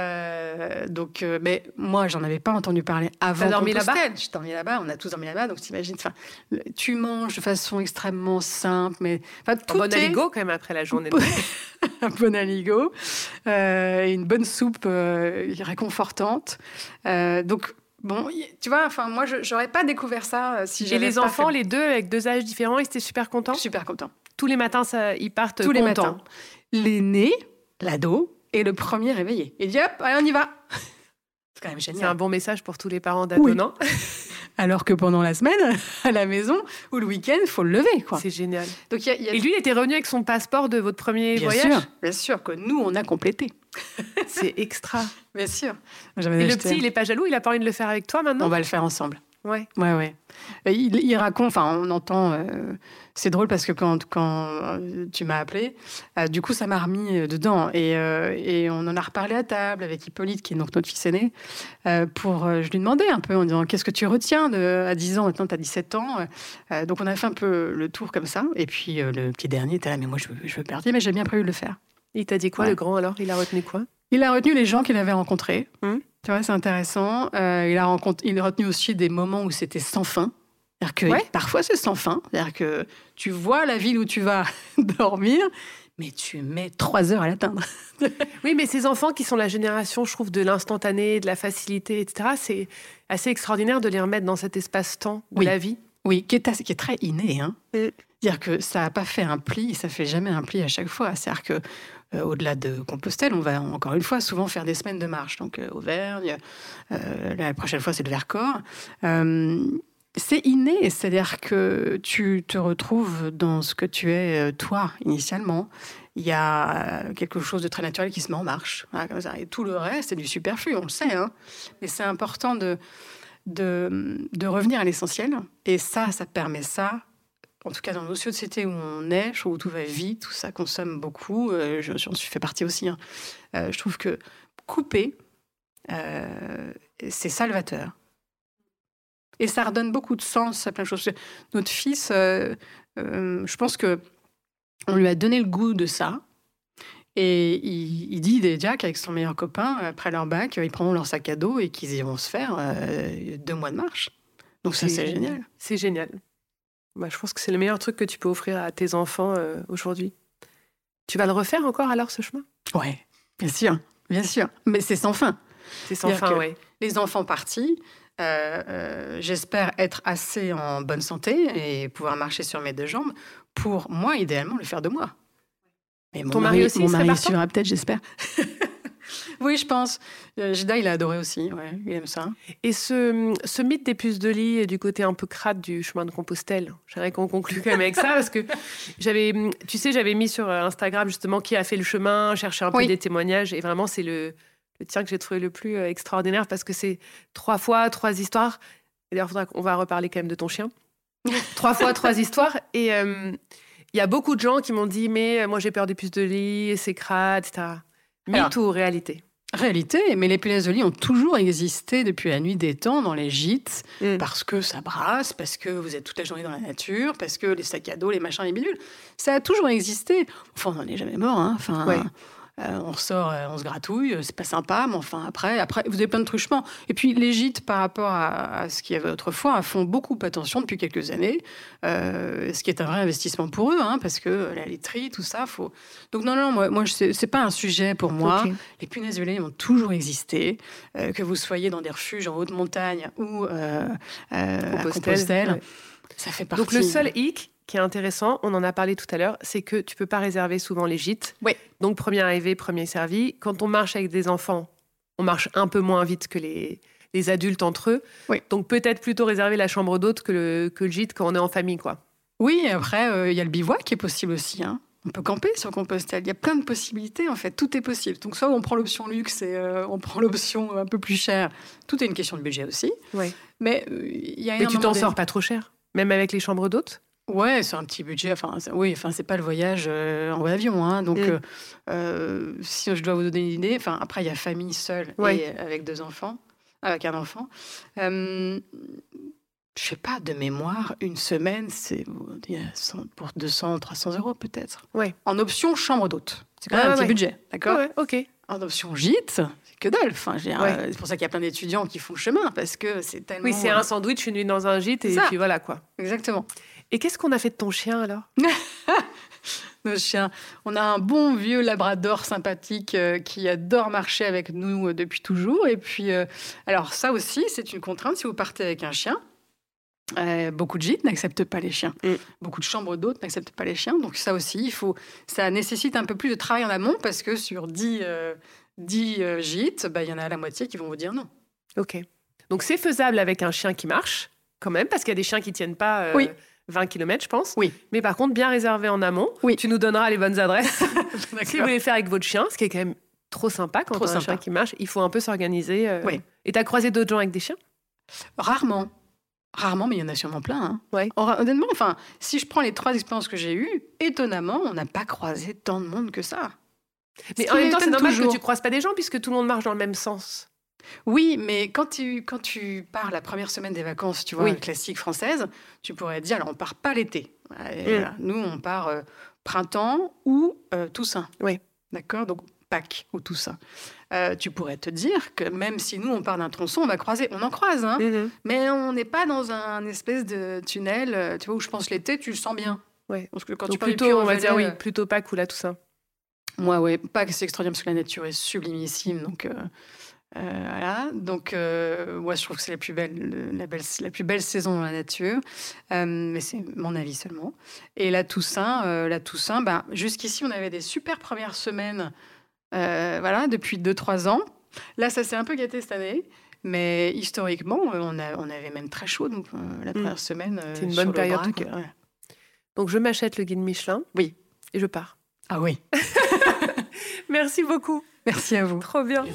Euh, donc, euh, mais moi, j'en avais pas entendu parler avant. T'as dormi Compostelle. là-bas? J'ai dormi là-bas, on a tous dormi là-bas, donc t'imagines, enfin, le- tu manges de façon extrêmement simple, mais enfin, tout Un bon est aligot quand même après la journée de un bon aligot, euh, et une bonne soupe euh, réconfortante. Euh, donc, bon, y- tu vois, enfin, moi, je j'aurais pas découvert ça euh, si Et j'avais les pas enfants, fait- les deux, avec deux âges différents, ils étaient super contents? Super contents. Tous les matins, ça, ils partent Tous les contents. matins. L'aîné, l'ado, et le premier réveillé. Et dit, hop, allez, on y va. C'est quand même C'est génial. un bon message pour tous les parents d'ados, Oui. non? Alors que pendant la semaine, à la maison, ou le week-end, il faut le lever, quoi. C'est génial. Donc, il y a, il y a- Et lui, il était revenu avec son passeport de votre premier bien voyage? sûr, bien sûr que nous, on a complété. C'est extra. Bien sûr. J'avais Et le acheté- petit, il est pas jaloux? Il a pas envie de le faire avec toi maintenant? On va le faire ensemble. Ouais. Ouais, ouais. Et Il, il raconte, enfin, on entend. euh, c'est drôle parce que quand, quand euh, tu m'as appelé, euh, du coup, ça m'a remis euh, dedans. Et, euh, et on en a reparlé à table avec Hippolyte, qui est donc notre fils aîné. Euh, pour, euh, je lui demandais un peu en disant qu'est-ce que tu retiens de, à dix ans, maintenant tu as dix-sept ans. Euh, donc on a fait un peu le tour comme ça. Et puis euh, le petit dernier était là, mais moi je veux, je veux partir, mais j'ai bien prévu de le faire. Il t'a dit quoi, Ouais. le grand, alors? Il a retenu quoi? Il a retenu les gens qu'il avait rencontrés. Hum. Tu vois, c'est intéressant. Euh, il, a rencontré, il a retenu aussi des moments où c'était sans fin. C'est-à-dire que Ouais. parfois, c'est sans fin. C'est-à-dire que tu vois la ville où tu vas dormir, mais tu mets trois heures à l'atteindre. Oui, mais ces enfants qui sont la génération, je trouve, de l'instantané, de la facilité, et cetera, c'est assez extraordinaire de les remettre dans cet espace-temps de Oui. la vie. Oui, qui est, assez- qui est très inné. Hein. Mm. C'est-à-dire que ça n'a pas fait un pli, ça fait jamais un pli à chaque fois. C'est-à-dire que euh, au-delà de Compostelle, on va encore une fois souvent faire des semaines de marche. Donc euh, Auvergne, euh, la prochaine fois c'est le Vercors. Euh, c'est inné, c'est-à-dire que tu te retrouves dans ce que tu es euh, toi initialement. Il y a euh, quelque chose de très naturel qui se met en marche. Voilà, comme ça. Et tout le reste, c'est du superflu, on le sait. Hein. Mais c'est important de, de, de revenir à l'essentiel. Et ça, ça permet ça. En tout cas, dans nos sociétés où on est, je trouve où tout va vite, où ça consomme beaucoup, euh, je- j'en suis fait partie aussi. Hein. Euh, je trouve que couper, euh, c'est salvateur. Et ça redonne beaucoup de sens à plein de choses. Notre fils, euh, euh, je pense que on lui a donné le goût de ça. Et il, il dit déjà qu'avec son meilleur copain, après leur bac, ils prendront leur sac à dos et qu'ils iront se faire euh, deux mois de marche. Donc ça, c'est génial. C'est génial. Bah, je pense que c'est le meilleur truc que tu peux offrir à tes enfants euh, aujourd'hui. Tu vas le refaire encore alors, ce chemin? Ouais, bien sûr, bien sûr. Mais c'est sans fin. C'est sans C'est-à-dire fin, que ouais. Les enfants partis, euh, euh, j'espère être assez en bonne santé et pouvoir marcher sur mes deux jambes pour, moi, idéalement, le faire de moi. Et mon Ton mari aussi, mon il serait mari partant suivra peut-être, j'espère. Oui, je pense. Euh, Gida, il a adoré aussi. Ouais, il aime ça. Et ce, ce mythe des puces de lit et du côté un peu crade du chemin de Compostelle, j'aimerais qu'on conclue quand même avec ça, parce que j'avais, tu sais, j'avais mis sur Instagram justement qui a fait le chemin, chercher un peu Oui. des témoignages, et vraiment c'est le, le tien que j'ai trouvé le plus euh, extraordinaire, parce que c'est trois fois, trois histoires. Et d'ailleurs, faudra qu'on va reparler quand même de ton chien. Trois fois, trois histoires. Et euh, il y a beaucoup de gens qui m'ont dit, mais euh, moi j'ai peur des puces de lit, c'est crade, et cetera. Mythe Alors, ou réalité? Réalité, mais les punaises de lit ont toujours existé depuis la nuit des temps dans les gîtes, Mm. parce que ça brasse, parce que vous êtes toute la journée dans la nature, parce que les sacs à dos, les machins, les bidules, ça a toujours existé. Enfin, on n'en est jamais mort, hein. Enfin, Ouais. euh, on ressort, euh, on se gratouille, euh, c'est pas sympa, mais enfin, après, après, vous avez plein de truchements. Et puis, les gîtes, par rapport à, à ce qu'il y avait autrefois, font beaucoup attention depuis quelques années, euh, ce qui est un vrai investissement pour eux, hein, parce que la laiterie, tout ça, faut... Donc, non, non, moi, moi je- c'est c'est pas un sujet pour moi. Ok. Les punaises de lit ont toujours existé, euh, que vous soyez dans des refuges en haute montagne ou euh, euh, à Compostelle, Compostelle, ouais. ça fait partie. Donc le seul hic qui est intéressant, on en a parlé tout à l'heure, c'est que tu peux pas réserver souvent les gîtes. Oui. Donc premier arrivé, premier servi. Quand on marche avec des enfants, on marche un peu moins vite que les, les adultes entre eux. Oui. Donc peut-être plutôt réserver la chambre d'hôte que le, que le gîte quand on est en famille, quoi. Oui, et après, euh, il y a le bivouac qui est possible aussi. Hein. On peut camper sur Compostelle. Il y a plein de possibilités, en fait. Tout est possible. Donc, soit on prend l'option luxe et euh, on prend l'option un peu plus chère. Tout est une question de budget aussi. Ouais. Mais euh, il y a Mais tu t'en des... sors pas trop cher, même avec les chambres d'hôtes? Ouais, c'est un petit budget. Enfin, c'est, oui, enfin, c'est pas le voyage euh, en avion, hein. Donc, mm. euh, euh, si je dois vous donner une idée, enfin, après, il y a famille seule ouais. et avec deux enfants, avec un enfant. Euh, je sais pas, de mémoire, une semaine, c'est pour deux cents, trois cents euros peut-être. Ouais. En option chambre d'hôte. C'est quand ah, même un ouais. petit budget, d'accord? Ouais, ok. En option gîte, c'est que dalle. Enfin, j'ai, ouais. euh, c'est pour ça qu'il y a plein d'étudiants qui font le chemin, parce que c'est tellement... Oui, c'est un sandwich, une nuit dans un gîte, et puis voilà, quoi. Exactement. Et qu'est-ce qu'on a fait de ton chien, alors? Nos chiens. On a un bon vieux labrador sympathique euh, qui adore marcher avec nous euh, depuis toujours. Et puis, euh, alors ça aussi, c'est une contrainte si vous partez avec un chien. Euh, beaucoup de gîtes n'acceptent pas les chiens. Mm. Beaucoup de chambres d'hôtes n'acceptent pas les chiens. Donc ça aussi, il faut, ça nécessite un peu plus de travail en amont parce que sur dix, euh, dix euh, gîtes, bah, y en a la moitié qui vont vous dire non. Ok. Donc c'est faisable avec un chien qui marche, quand même, parce qu'il y a des chiens qui ne tiennent pas euh, oui. vingt kilomètres, je pense. Oui. Mais par contre, bien réservé en amont. Oui. Tu nous donneras les bonnes adresses. Si vous voulez faire avec votre chien, ce qui est quand même trop sympa quand on a un chien qui marche, il faut un peu s'organiser. Euh... Oui. Et tu as croisé d'autres gens avec des chiens? Rarement. Rarement, mais il y en a sûrement plein. Hein. Ouais. Honnêtement, enfin, si je prends les trois expériences que j'ai eues, étonnamment, on n'a pas croisé tant de monde que ça. Mais en même temps, c'est normal toujours. que tu croises pas des gens puisque tout le monde marche dans le même sens. Oui, mais quand tu, quand tu pars la première semaine des vacances, tu vois, oui. classique française, tu pourrais te dire, alors on part pas l'été. Et, mm. voilà, nous, on part euh, printemps ou euh, Toussaint. Oui. D'accord, donc Pâques ou Toussaint. Euh, tu pourrais te dire que même si nous, on part d'un tronçon, on va croiser. On en croise, hein, mm-hmm. mais on n'est pas dans un espèce de tunnel, tu vois, où je pense l'été, tu le sens bien. Ouais. Parce que quand donc tu plutôt, on va dire, oui, plutôt Pâques ou la Toussaint. Moi, oui, Pâques, c'est extraordinaire parce que la nature est sublimissime, donc... Euh, Euh, voilà, donc euh, ouais, je trouve que c'est la plus belle, la, belle, la plus belle saison dans la nature, euh, mais c'est mon avis seulement. Et la Toussaint, euh, la Toussaint, bah, jusqu'ici on avait des super premières semaines, euh, voilà, depuis deux trois ans. Là, ça s'est un peu gâté cette année, mais historiquement, on, a, on avait même très chaud, donc euh, la première mmh. semaine. Euh, c'est une bonne période. Brac, ouais. Donc je m'achète le guide Michelin. Oui. Et je pars. Ah oui. Merci beaucoup. Merci à vous. Trop bien.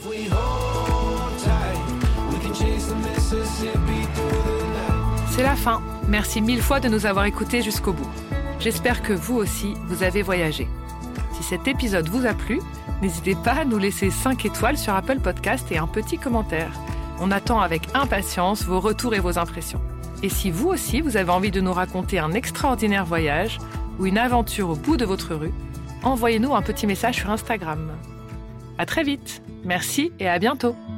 C'est la fin. Merci mille fois de nous avoir écoutés jusqu'au bout. J'espère que vous aussi, vous avez voyagé. Si cet épisode vous a plu, n'hésitez pas à nous laisser cinq étoiles sur Apple Podcast et un petit commentaire. On attend avec impatience vos retours et vos impressions. Et si vous aussi, vous avez envie de nous raconter un extraordinaire voyage ou une aventure au bout de votre rue, envoyez-nous un petit message sur Instagram. À très vite. Merci et à bientôt.